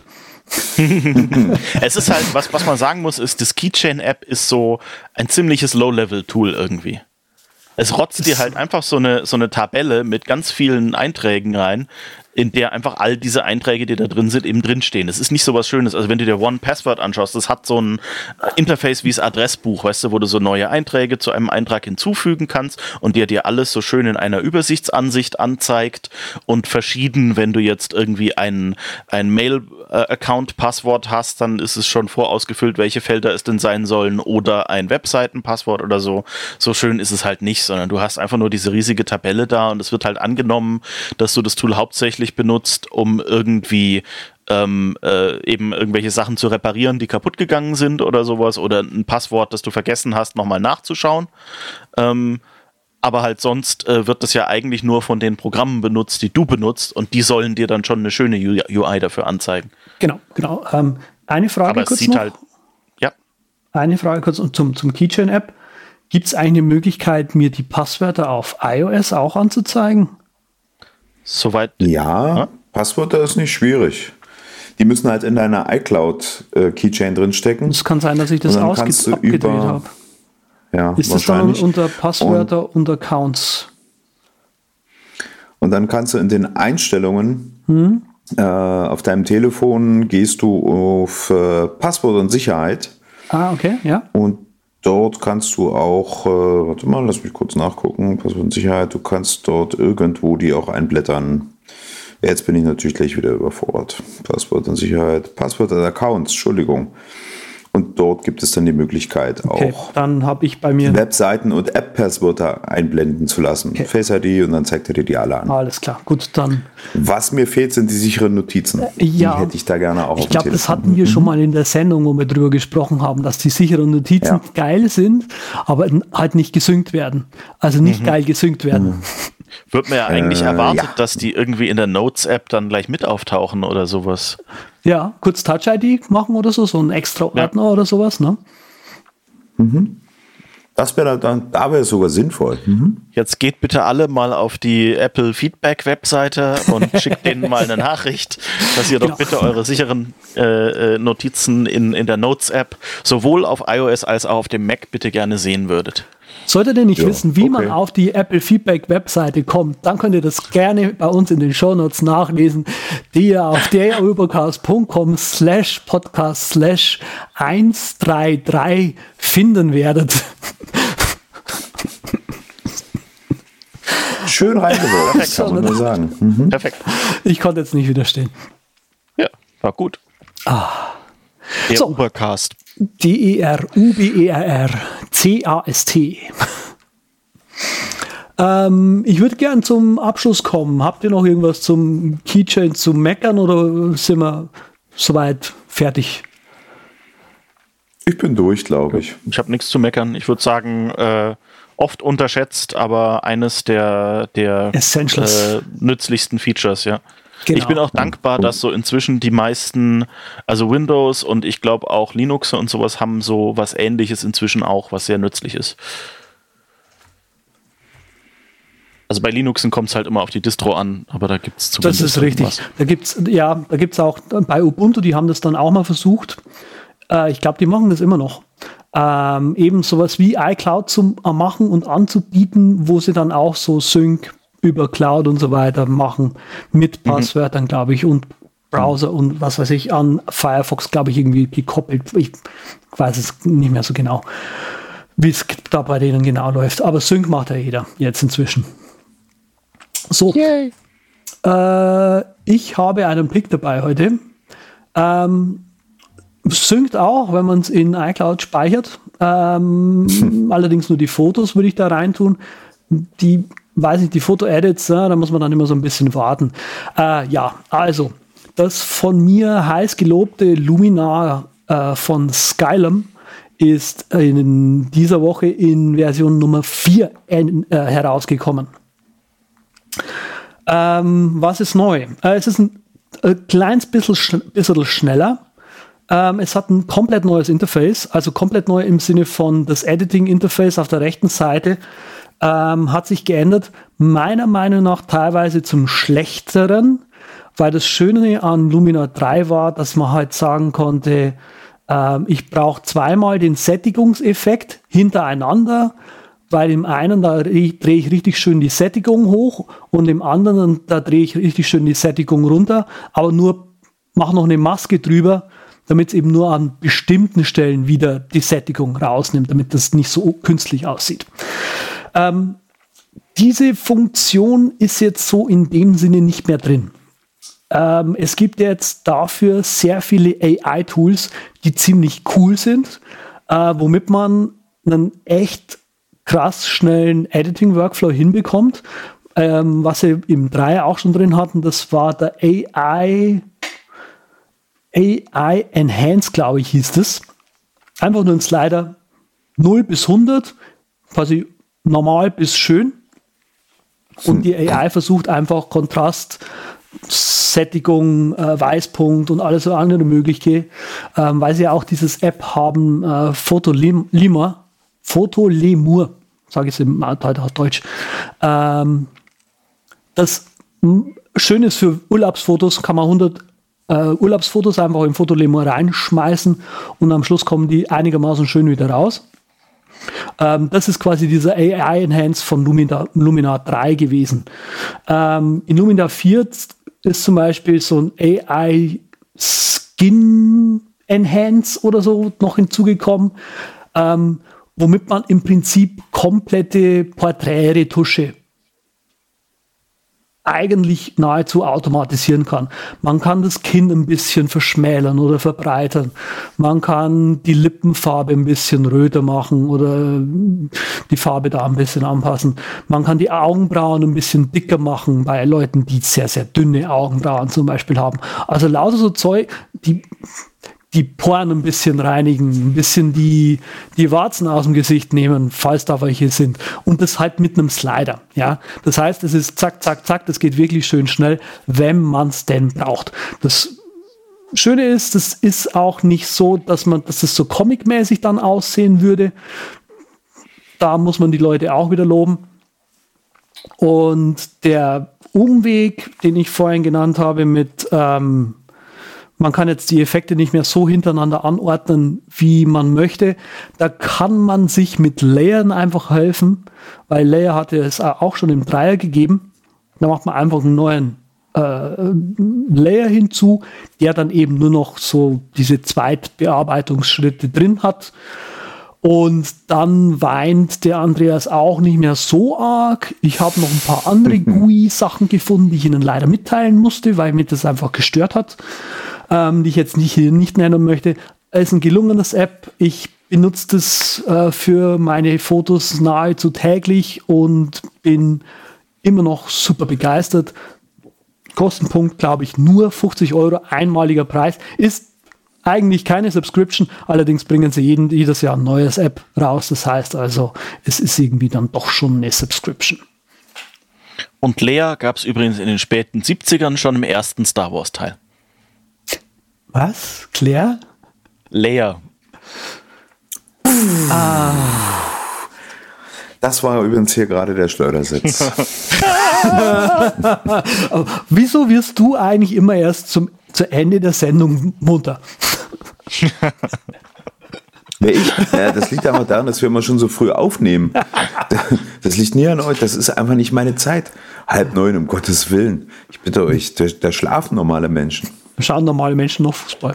Es ist halt, was, was man sagen muss, ist, das Keychain-App ist so ein ziemliches Low-Level-Tool irgendwie. Es rotzt dir halt einfach so eine, so eine Tabelle mit ganz vielen Einträgen rein, in der einfach all diese Einträge, die da drin sind, eben drinstehen. Das ist nicht so was Schönes. Also wenn du dir One Password anschaust, das hat so ein Interface wie das Adressbuch, weißt du, wo du so neue Einträge zu einem Eintrag hinzufügen kannst und der dir alles so schön in einer Übersichtsansicht anzeigt und verschieden, wenn du jetzt irgendwie ein, ein Mail-Account-Passwort hast, dann ist es schon vorausgefüllt, welche Felder es denn sein sollen oder ein Webseiten-Passwort oder so. So schön ist es halt nicht, sondern du hast einfach nur diese riesige Tabelle da und es wird halt angenommen, dass du das Tool hauptsächlich benutzt, um irgendwie ähm, äh, eben irgendwelche Sachen zu reparieren, die kaputt gegangen sind oder sowas oder ein Passwort, das du vergessen hast, nochmal nachzuschauen. Ähm, aber halt sonst äh, wird das ja eigentlich nur von den Programmen benutzt, die du benutzt und die sollen dir dann schon eine schöne U I dafür anzeigen. Genau, genau. Ähm, eine Frage aber kurz es sieht noch. Halt, ja. Eine Frage kurz zum, zum Keychain-App. Gibt es eine Möglichkeit, mir die Passwörter auf iOS auch anzuzeigen? Soweit. Ja, ja, Passwörter ist nicht schwierig. Die müssen halt in deiner iCloud-Keychain äh, drinstecken. Es kann sein, dass ich das ausge- abgedreht habe. Ja, ist das dann unter Passwörter und, und Accounts? Und dann kannst du in den Einstellungen hm? äh, auf deinem Telefon gehst du auf äh, Passwort und Sicherheit. Ah, okay, ja. Und dort kannst du auch, äh, warte mal, lass mich kurz nachgucken, Passwort und Sicherheit, du kannst dort irgendwo die auch einblättern. Jetzt bin ich natürlich gleich wieder überfordert. Passwort und Sicherheit. Passwort und Accounts, Entschuldigung. Und dort gibt es dann die Möglichkeit, okay, auch dann habe ich bei mir Webseiten und App-Passwörter einblenden zu lassen. Okay. Face I D und dann zeigt er dir die alle an. Alles klar, gut, dann. Was mir fehlt, sind die sicheren Notizen. Äh, ja, die hätte ich da gerne auch. Ich glaube, das hatten wir mhm. schon mal in der Sendung, wo wir drüber gesprochen haben, dass die sicheren Notizen ja. geil sind, aber halt nicht gesynkt werden. Also nicht mhm. geil gesynkt werden. Mhm. Wird man ja eigentlich äh, erwartet, ja. dass die irgendwie in der Notes-App dann gleich mit auftauchen oder sowas. Ja, kurz Touch-I D machen oder so, so ein extra Ordner ja. oder sowas, ne? Mhm. Das wäre dann, da wäre es sogar sinnvoll. Mhm. Jetzt geht bitte alle mal auf die Apple Feedback-Webseite und schickt denen mal eine Nachricht, dass ihr doch genau. bitte eure sicheren äh, Notizen in, in der Notes-App sowohl auf iOS als auch auf dem Mac bitte gerne sehen würdet. Solltet ihr nicht ja, wissen, wie okay. man auf die Apple Feedback-Webseite kommt, dann könnt ihr das gerne bei uns in den Shownotes nachlesen, die ihr auf derübercast.com slash podcast slash eins drei drei finden werdet. Schön reingeworfen, kann man nur sagen. Mhm. Perfekt. Ich konnte jetzt nicht widerstehen. Ja, war gut. Ah. Der so. Ubercast. D E R U B E R R C A S T. ähm, ich würde gern zum Abschluss kommen. Habt ihr noch irgendwas zum Keychain zu meckern oder sind wir soweit fertig? Ich bin durch, glaube ich. Ich habe nichts zu meckern. Ich würde sagen, äh, oft unterschätzt, aber eines der, der äh, nützlichsten Features, ja. Genau. Ich bin auch dankbar, dass so inzwischen die meisten, also Windows und ich glaube auch Linux und sowas haben so was Ähnliches inzwischen auch, was sehr nützlich ist. Also bei Linuxen kommt es halt immer auf die Distro an, aber da gibt es zumindest Das ist richtig. Irgendwas. Da gibt's, ja, da gibt es auch bei Ubuntu, die haben das dann auch mal versucht. Äh, ich glaube, die machen das immer noch. Ähm, eben sowas wie iCloud zu machen und anzubieten, wo sie dann auch so Sync über Cloud und so weiter machen, mit Passwörtern, mhm. glaube ich, und Browser mhm. und was weiß ich, an Firefox, glaube ich, irgendwie gekoppelt. Ich weiß es nicht mehr so genau, wie es da bei denen genau läuft. Aber Sync macht ja jeder jetzt inzwischen. So, äh, ich habe einen Pick dabei heute. Ähm, synkt auch, wenn man es in iCloud speichert. Ähm, hm. Allerdings nur die Fotos würde ich da reintun. Die weiß nicht, die Foto-Edits, ja, da muss man dann immer so ein bisschen warten. Äh, ja, also, das von mir heiß gelobte Luminar äh, von Skylum ist in dieser Woche in Version Nummer vier äh, herausgekommen. Ähm, was ist neu? Äh, es ist ein, ein kleines bisschen, sch- bisschen schneller. Ähm, es hat ein komplett neues Interface, also komplett neu im Sinne von das Editing-Interface auf der rechten Seite. Ähm, hat sich geändert, meiner Meinung nach teilweise zum Schlechteren, weil das Schöne an Luminar drei war, dass man halt sagen konnte, ähm, ich brauche zweimal den Sättigungseffekt hintereinander, weil im einen, da drehe ich richtig schön die Sättigung hoch und im anderen, da drehe ich richtig schön die Sättigung runter, aber nur mache noch eine Maske drüber, damit es eben nur an bestimmten Stellen wieder die Sättigung rausnimmt, damit das nicht so künstlich aussieht. Ähm, diese Funktion ist jetzt so in dem Sinne nicht mehr drin. Ähm, es gibt jetzt dafür sehr viele A I-Tools, die ziemlich cool sind, äh, womit man einen echt krass schnellen Editing-Workflow hinbekommt. Ähm, was sie im drei auch schon drin hatten, das war der A I A I Enhance, glaube ich, hieß das. Einfach nur ein Slider null bis hundert, quasi normal bis schön. Und die A I versucht einfach Kontrast, Sättigung, äh, Weißpunkt und alles so andere mögliche, ähm, weil sie auch dieses App haben, äh, Photolemur, Photolemur, sage ich es im Deutsch. Ähm, das m- schön ist für Urlaubsfotos, kann man hundert Uh, Urlaubsfotos einfach in Photolemur reinschmeißen und am Schluss kommen die einigermaßen schön wieder raus. Um, das ist quasi dieser A I-Enhance von Luminar, Luminar drei gewesen. Um, in Luminar vier ist zum Beispiel so ein A I-Skin-Enhance oder so noch hinzugekommen, um, womit man im Prinzip komplette Porträtretusche eigentlich nahezu automatisieren kann. Man kann das Kinn ein bisschen verschmälern oder verbreitern. Man kann die Lippenfarbe ein bisschen röter machen oder die Farbe da ein bisschen anpassen. Man kann die Augenbrauen ein bisschen dicker machen bei Leuten, die sehr, sehr dünne Augenbrauen zum Beispiel haben. Also lauter so Zeug, die die Poren ein bisschen reinigen, ein bisschen die, die Warzen aus dem Gesicht nehmen, falls da welche sind. Und das halt mit einem Slider. Ja, das heißt, es ist zack, zack, zack, das geht wirklich schön schnell, wenn man es denn braucht. Das Schöne ist, das ist auch nicht so, dass man, dass es so comicmäßig dann aussehen würde. Da muss man die Leute auch wieder loben. Und der Umweg, den ich vorhin genannt habe mit, ähm, man kann jetzt die Effekte nicht mehr so hintereinander anordnen, wie man möchte. Da kann man sich mit Layern einfach helfen, weil Layer hatte es auch schon im Dreier gegeben. Da macht man einfach einen neuen äh, Layer hinzu, der dann eben nur noch so diese Zweitbearbeitungsschritte drin hat. Und dann weint der Andreas auch nicht mehr so arg. Ich habe noch ein paar andere G U I-Sachen gefunden, die ich Ihnen leider mitteilen musste, weil mich das einfach gestört hat, ähm, die ich jetzt nicht, nicht nennen möchte. Es ist ein gelungenes App. Ich benutze das äh, für meine Fotos nahezu täglich und bin immer noch super begeistert. Kostenpunkt, glaube ich, nur fünfzig Euro, einmaliger Preis. Ist eigentlich keine Subscription, allerdings bringen sie jeden, jedes Jahr ein neues App raus. Das heißt also, es ist irgendwie dann doch schon eine Subscription. Und Leia gab es übrigens in den späten siebzigern schon im ersten Star Wars Teil. Was? Claire? Leia. Ah. Das war übrigens hier gerade der Schleudersitz. Wieso wirst du eigentlich immer erst zum zu Ende der Sendung munter? Ja, ich, ja, das liegt einfach daran, dass wir immer schon so früh aufnehmen. Das liegt nie an euch, das ist einfach nicht meine Zeit. Halb neun, um Gottes Willen. Ich bitte euch, da, da schlafen normale Menschen. Schauen normale Menschen noch Fußball?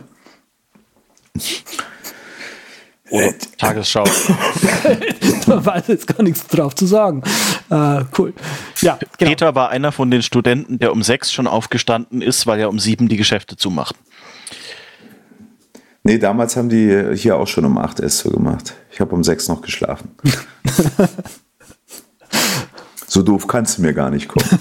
Oder Tagesschau. Da weiß jetzt gar nichts drauf zu sagen. Äh, cool. Ja, genau. Peter war einer von den Studenten, der um sechs schon aufgestanden ist, weil er um sieben die Geschäfte zumacht. Nee, damals haben die hier auch schon um acht erst so gemacht. Ich habe um sechs noch geschlafen. So doof kannst du mir gar nicht kommen.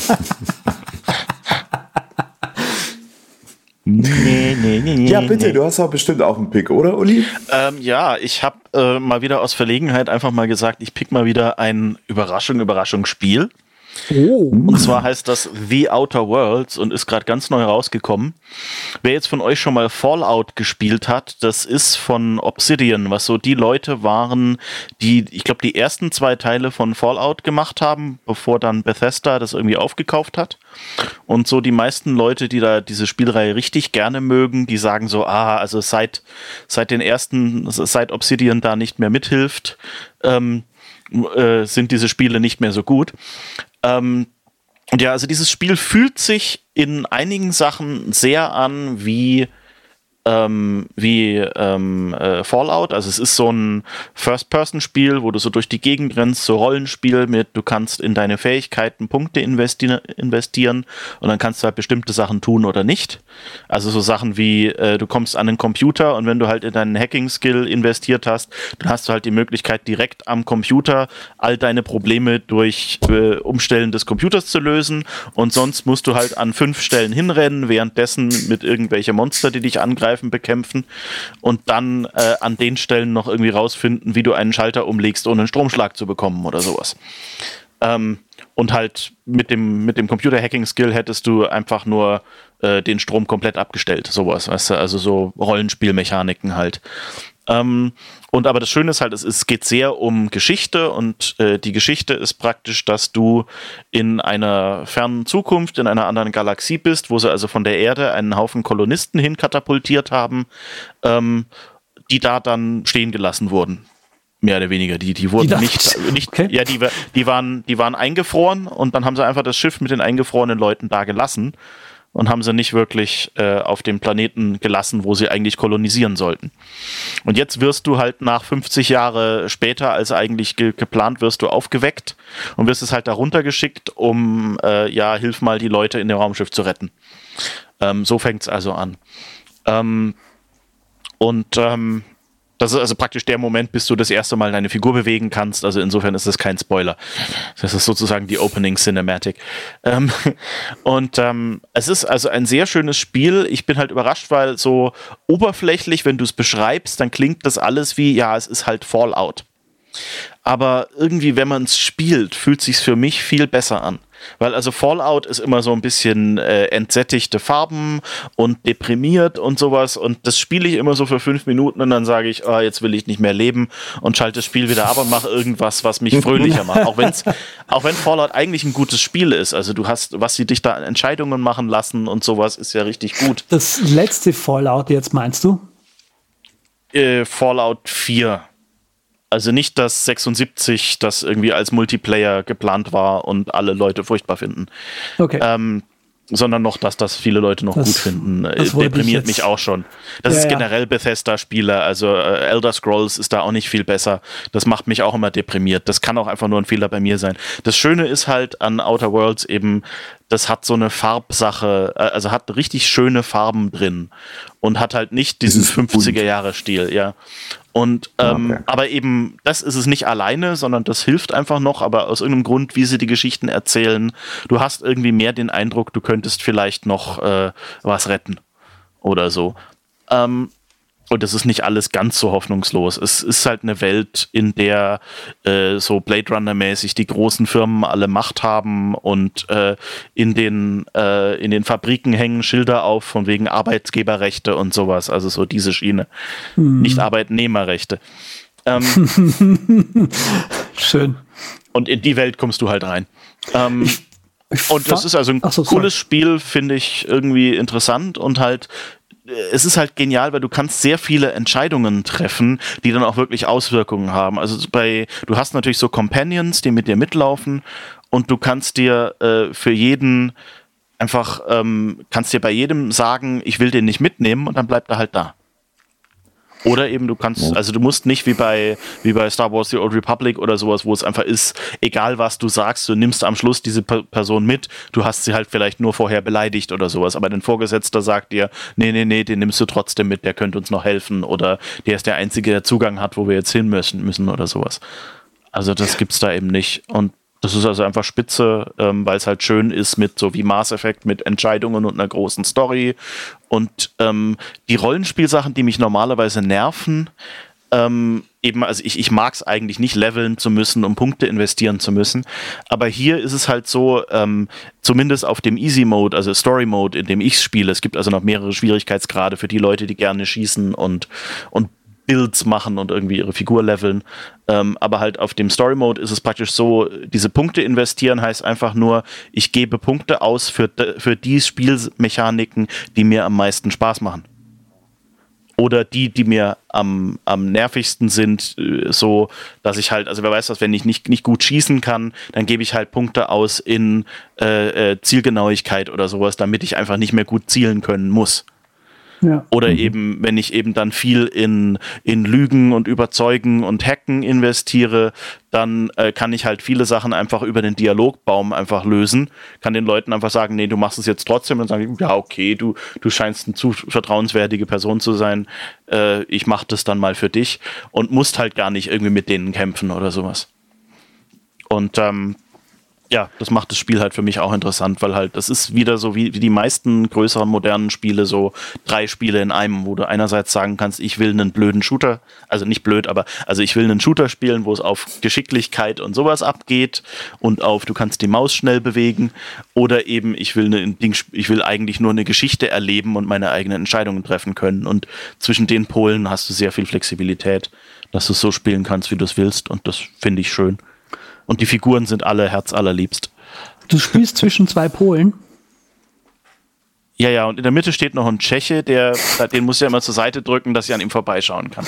Nee, nee, nee, nee, ja, bitte, nee. Du hast doch bestimmt auch einen Pick, oder, Uli? Ähm, ja, ich habe äh, mal wieder aus Verlegenheit einfach mal gesagt, ich pick mal wieder ein Überraschung, Überraschung Spiel. Oh. Und zwar heißt das The Outer Worlds und ist gerade ganz neu rausgekommen. Wer jetzt von euch schon mal Fallout gespielt hat, das ist von Obsidian, was so die Leute waren, die, ich glaube, die ersten zwei Teile von Fallout gemacht haben, bevor dann Bethesda das irgendwie aufgekauft hat. Und so die meisten Leute, die da diese Spielreihe richtig gerne mögen, die sagen so, ah, also seit, seit den ersten, seit Obsidian da nicht mehr mithilft, ähm, äh, sind diese Spiele nicht mehr so gut. Ähm, und ja, also dieses Spiel fühlt sich in einigen Sachen sehr an wie ähm, wie ähm, äh, Fallout. Also es ist so ein First-Person-Spiel, wo du so durch die Gegend rennst, so Rollenspiel mit, du kannst in deine Fähigkeiten Punkte investi- investieren und dann kannst du halt bestimmte Sachen tun oder nicht. Also so Sachen wie, äh, du kommst an den Computer und wenn du halt in deinen Hacking-Skill investiert hast, dann hast du halt die Möglichkeit, direkt am Computer all deine Probleme durch äh, Umstellen des Computers zu lösen und sonst musst du halt an fünf Stellen hinrennen, währenddessen mit irgendwelchen Monster, die dich angreifen, bekämpfen und dann äh, an den Stellen noch irgendwie rausfinden, wie du einen Schalter umlegst, ohne einen Stromschlag zu bekommen oder sowas. Ähm, und halt mit dem, mit dem Computer-Hacking-Skill hättest du einfach nur äh, den Strom komplett abgestellt, sowas, weißt du, also so Rollenspielmechaniken halt. Ähm, und aber das Schöne ist halt, es, es geht sehr um Geschichte und äh, die Geschichte ist praktisch, dass du in einer fernen Zukunft, in einer anderen Galaxie bist, wo sie also von der Erde einen Haufen Kolonisten hin katapultiert haben, ähm, die da dann stehen gelassen wurden. Mehr oder weniger. Die, die wurden die nicht, nicht okay. ja, die, die, waren, die waren eingefroren und dann haben sie einfach das Schiff mit den eingefrorenen Leuten da gelassen. und haben sie nicht wirklich äh, auf dem Planeten gelassen, wo sie eigentlich kolonisieren sollten. Und jetzt wirst du halt nach fünfzig Jahre später, als eigentlich ge- geplant, wirst du aufgeweckt und wirst es halt da runtergeschickt, um, äh, ja, hilf mal, die Leute in dem Raumschiff zu retten. Ähm, so fängt es also an. Ähm, und ähm, das ist also praktisch der Moment, bis du das erste Mal deine Figur bewegen kannst. Also insofern ist das kein Spoiler. Das ist sozusagen die Opening Cinematic. Ähm, und ähm, es ist also ein sehr schönes Spiel. Ich bin halt überrascht, weil so oberflächlich, wenn du es beschreibst, dann klingt das alles wie, ja, es ist halt Fallout. Aber irgendwie, wenn man es spielt, fühlt es sich für mich viel besser an. Weil also Fallout ist immer so ein bisschen äh, entsättigte Farben und deprimiert und sowas und das spiele ich immer so für fünf Minuten und dann sage ich, oh, jetzt will ich nicht mehr leben und schalte das Spiel wieder ab und mache irgendwas, was mich fröhlicher macht. Auch, wenn's, auch wenn Fallout eigentlich ein gutes Spiel ist. Also du hast, was sie dich da an Entscheidungen machen lassen und sowas, ist ja richtig gut. Das letzte Fallout jetzt meinst du? Äh, Fallout vier. Also nicht das sechsundsiebzig, das irgendwie als Multiplayer geplant war und alle Leute furchtbar finden. Okay. Ähm, sondern noch, dass das viele Leute noch das, gut finden. Deprimiert mich auch schon. Das ja, ist ja. generell Bethesda-Spiele, also äh, Elder Scrolls ist da auch nicht viel besser. Das macht mich auch immer deprimiert. Das kann auch einfach nur ein Fehler bei mir sein. Das Schöne ist halt an Outer Worlds eben, das hat so eine Farbsache, also hat richtig schöne Farben drin und hat halt nicht diesen fünfziger-Jahre-Stil, ja. Und ähm, okay. aber eben, das ist es nicht alleine, sondern das hilft einfach noch, aber aus irgendeinem Grund, wie sie die Geschichten erzählen, du hast irgendwie mehr den Eindruck, du könntest vielleicht noch äh, was retten oder so. Ähm, und das ist nicht alles ganz so hoffnungslos. Es ist halt eine Welt, in der äh, so Blade Runner-mäßig die großen Firmen alle Macht haben und äh, in den, äh, in den Fabriken hängen Schilder auf von wegen Arbeitgeberrechte und sowas. Also so diese Schiene. Hm. Nicht Arbeitnehmerrechte. Ähm, Schön. Und in die Welt kommst du halt rein. Ähm, ich, ich und das ist also ein so, cooles sorry. Spiel, finde ich irgendwie interessant und halt es ist halt genial, weil du kannst sehr viele Entscheidungen treffen, die dann auch wirklich Auswirkungen haben. Also bei, du hast natürlich so Companions, die mit dir mitlaufen und du kannst dir äh, für jeden einfach, ähm, kannst dir bei jedem sagen, ich will den nicht mitnehmen und dann bleibt er halt da. Oder eben du kannst, also du musst nicht wie bei, wie bei Star Wars The Old Republic oder sowas, wo es einfach ist, egal was du sagst, du nimmst am Schluss diese P- Person mit, du hast sie halt vielleicht nur vorher beleidigt oder sowas, aber dein Vorgesetzter sagt dir, nee, nee, nee, den nimmst du trotzdem mit, der könnte uns noch helfen oder der ist der Einzige, der Zugang hat, wo wir jetzt hin müssen, müssen oder sowas. Also das gibt's da eben nicht und das ist also einfach spitze, ähm, weil es halt schön ist mit so wie Mass Effect, mit Entscheidungen und einer großen Story. Und ähm, die Rollenspielsachen, die mich normalerweise nerven, ähm, eben, also ich, ich mag es eigentlich nicht leveln zu müssen, um Punkte investieren zu müssen. Aber hier ist es halt so, ähm, zumindest auf dem Easy Mode, also Story Mode, in dem ich spiele, es gibt also noch mehrere Schwierigkeitsgrade für die Leute, die gerne schießen und, und Builds machen und irgendwie ihre Figur leveln. Ähm, aber halt auf dem Story-Mode ist es praktisch so, diese Punkte investieren heißt einfach nur, ich gebe Punkte aus für, für die Spielmechaniken, die mir am meisten Spaß machen. Oder die, die mir am, am nervigsten sind, so, dass ich halt, also wer weiß was, wenn ich nicht, nicht gut schießen kann, dann gebe ich halt Punkte aus in äh, äh, Zielgenauigkeit oder sowas, damit ich einfach nicht mehr gut zielen können muss. Ja. Oder mhm. eben, wenn ich eben dann viel in, in Lügen und Überzeugen und Hacken investiere, dann äh, kann ich halt viele Sachen einfach über den Dialogbaum einfach lösen, kann den Leuten einfach sagen, nee, du machst es jetzt trotzdem und sagen, ja, okay, du, du scheinst eine zu vertrauenswürdige Person zu sein, äh, ich mach das dann mal für dich und musst halt gar nicht irgendwie mit denen kämpfen oder sowas. Und ähm, ja, das macht das Spiel halt für mich auch interessant, weil halt, das ist wieder so wie, wie die meisten größeren modernen Spiele, so drei Spiele in einem, wo du einerseits sagen kannst, ich will einen blöden Shooter, also nicht blöd, aber also ich will einen Shooter spielen, wo es auf Geschicklichkeit und sowas abgeht und auf, du kannst die Maus schnell bewegen oder eben, ich will, eine, ich will eigentlich nur eine Geschichte erleben und meine eigenen Entscheidungen treffen können und zwischen den Polen hast du sehr viel Flexibilität, dass du es so spielen kannst, wie du es willst und das finde ich schön. Und die Figuren sind alle herzallerliebst. Du spielst zwischen zwei Polen? Ja, ja, und in der Mitte steht noch ein Tscheche, der, den muss ich ja immer zur Seite drücken, dass ich an ihm vorbeischauen kann.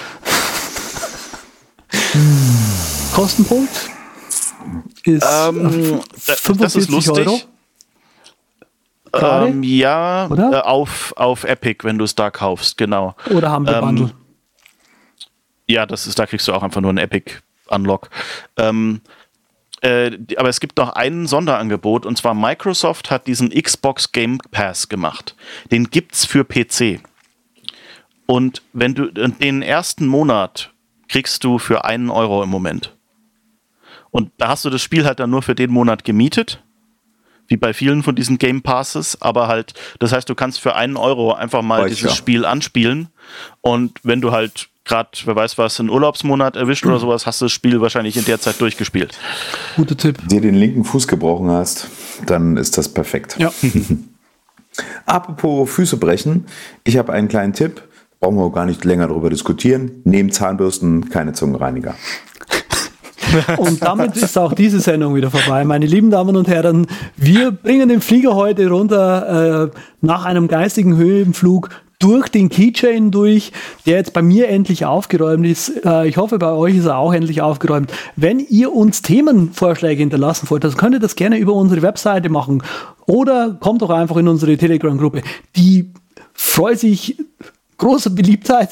Kostenpunkt? Ist ähm, fünfundvierzig das ist lustig. Euro? Ähm, ja, Oder? Äh, auf, auf Epic, wenn du es da kaufst, genau. Oder haben wir Ähm, Bundle? Ja, das ist, da kriegst du auch einfach nur einen Epic-Unlock. Ähm, äh, die- aber es gibt noch ein Sonderangebot, und zwar Microsoft hat diesen Xbox Game Pass gemacht. Den gibt's für P C. Und wenn du den ersten Monat kriegst du für einen Euro im Moment. Und da hast du das Spiel halt dann nur für den Monat gemietet, wie bei vielen von diesen Game Passes, aber halt, das heißt, du kannst für einen Euro einfach mal Weiß dieses ja. Spiel anspielen, und wenn du halt gerade, wer weiß was, einen Urlaubsmonat erwischt oder sowas, hast du das Spiel wahrscheinlich in der Zeit durchgespielt. Guter Tipp. dir den linken Fuß gebrochen hast, dann ist das perfekt. Ja. Apropos Füße brechen, ich habe einen kleinen Tipp, brauchen wir gar nicht länger darüber diskutieren. Nehmt Zahnbürsten, keine Zungenreiniger. Und damit ist auch diese Sendung wieder vorbei. Meine lieben Damen und Herren, wir bringen den Flieger heute runter äh, nach einem geistigen Höhenflug durch den Keychain durch, der jetzt bei mir endlich aufgeräumt ist. Äh, ich hoffe, bei euch ist er auch endlich aufgeräumt. Wenn ihr uns Themenvorschläge hinterlassen wollt, dann könnt ihr das gerne über unsere Webseite machen. Oder kommt doch einfach in unsere Telegram-Gruppe. Die freut sich großer Beliebtheit.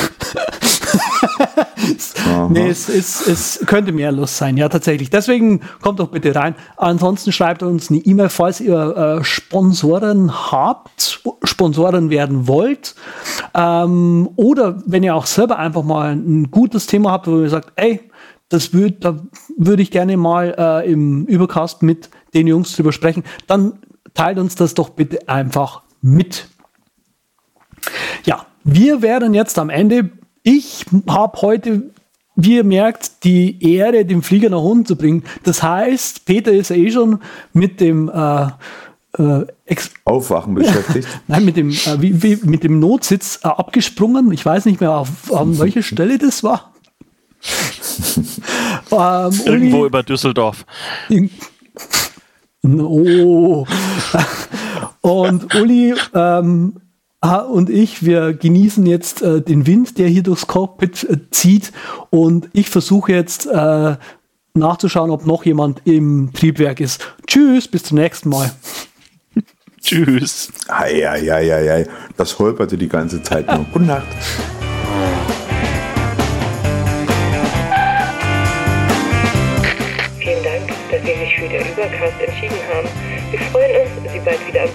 Nee, es, es, es könnte mehr los sein, ja, tatsächlich. Deswegen kommt doch bitte rein. Ansonsten schreibt uns eine E-Mail, falls ihr äh, Sponsoren habt, Sponsoren werden wollt. Ähm, oder wenn ihr auch selber einfach mal ein gutes Thema habt, wo ihr sagt, ey, das würd, da würde ich gerne mal äh, im Übercast mit den Jungs drüber sprechen, dann teilt uns das doch bitte einfach mit. Ja, wir werden jetzt am Ende. Ich habe heute, wie ihr merkt, die Ehre, den Flieger nach unten zu bringen. Das heißt, Peter ist ja eh schon mit dem äh, äh, Ex- Aufwachen beschäftigt. Nein, mit dem, äh, wie, wie, mit dem Notsitz äh, abgesprungen. Ich weiß nicht mehr, auf, auf welcher Stelle das war. ähm, Irgendwo Uli, über Düsseldorf. Oh. Und Uli ähm, und ich, wir genießen jetzt äh, den Wind, der hier durchs Cockpit äh, zieht, und ich versuche jetzt äh, nachzuschauen, ob noch jemand im Triebwerk ist. Tschüss, bis zum nächsten Mal. Tschüss. Ei, ei, ei, ei, ei. Das holperte die ganze Zeit nur. Gute Nacht. Vielen Dank, dass Sie sich für den Übercast entschieden haben. Wir freuen uns, Sie bald wieder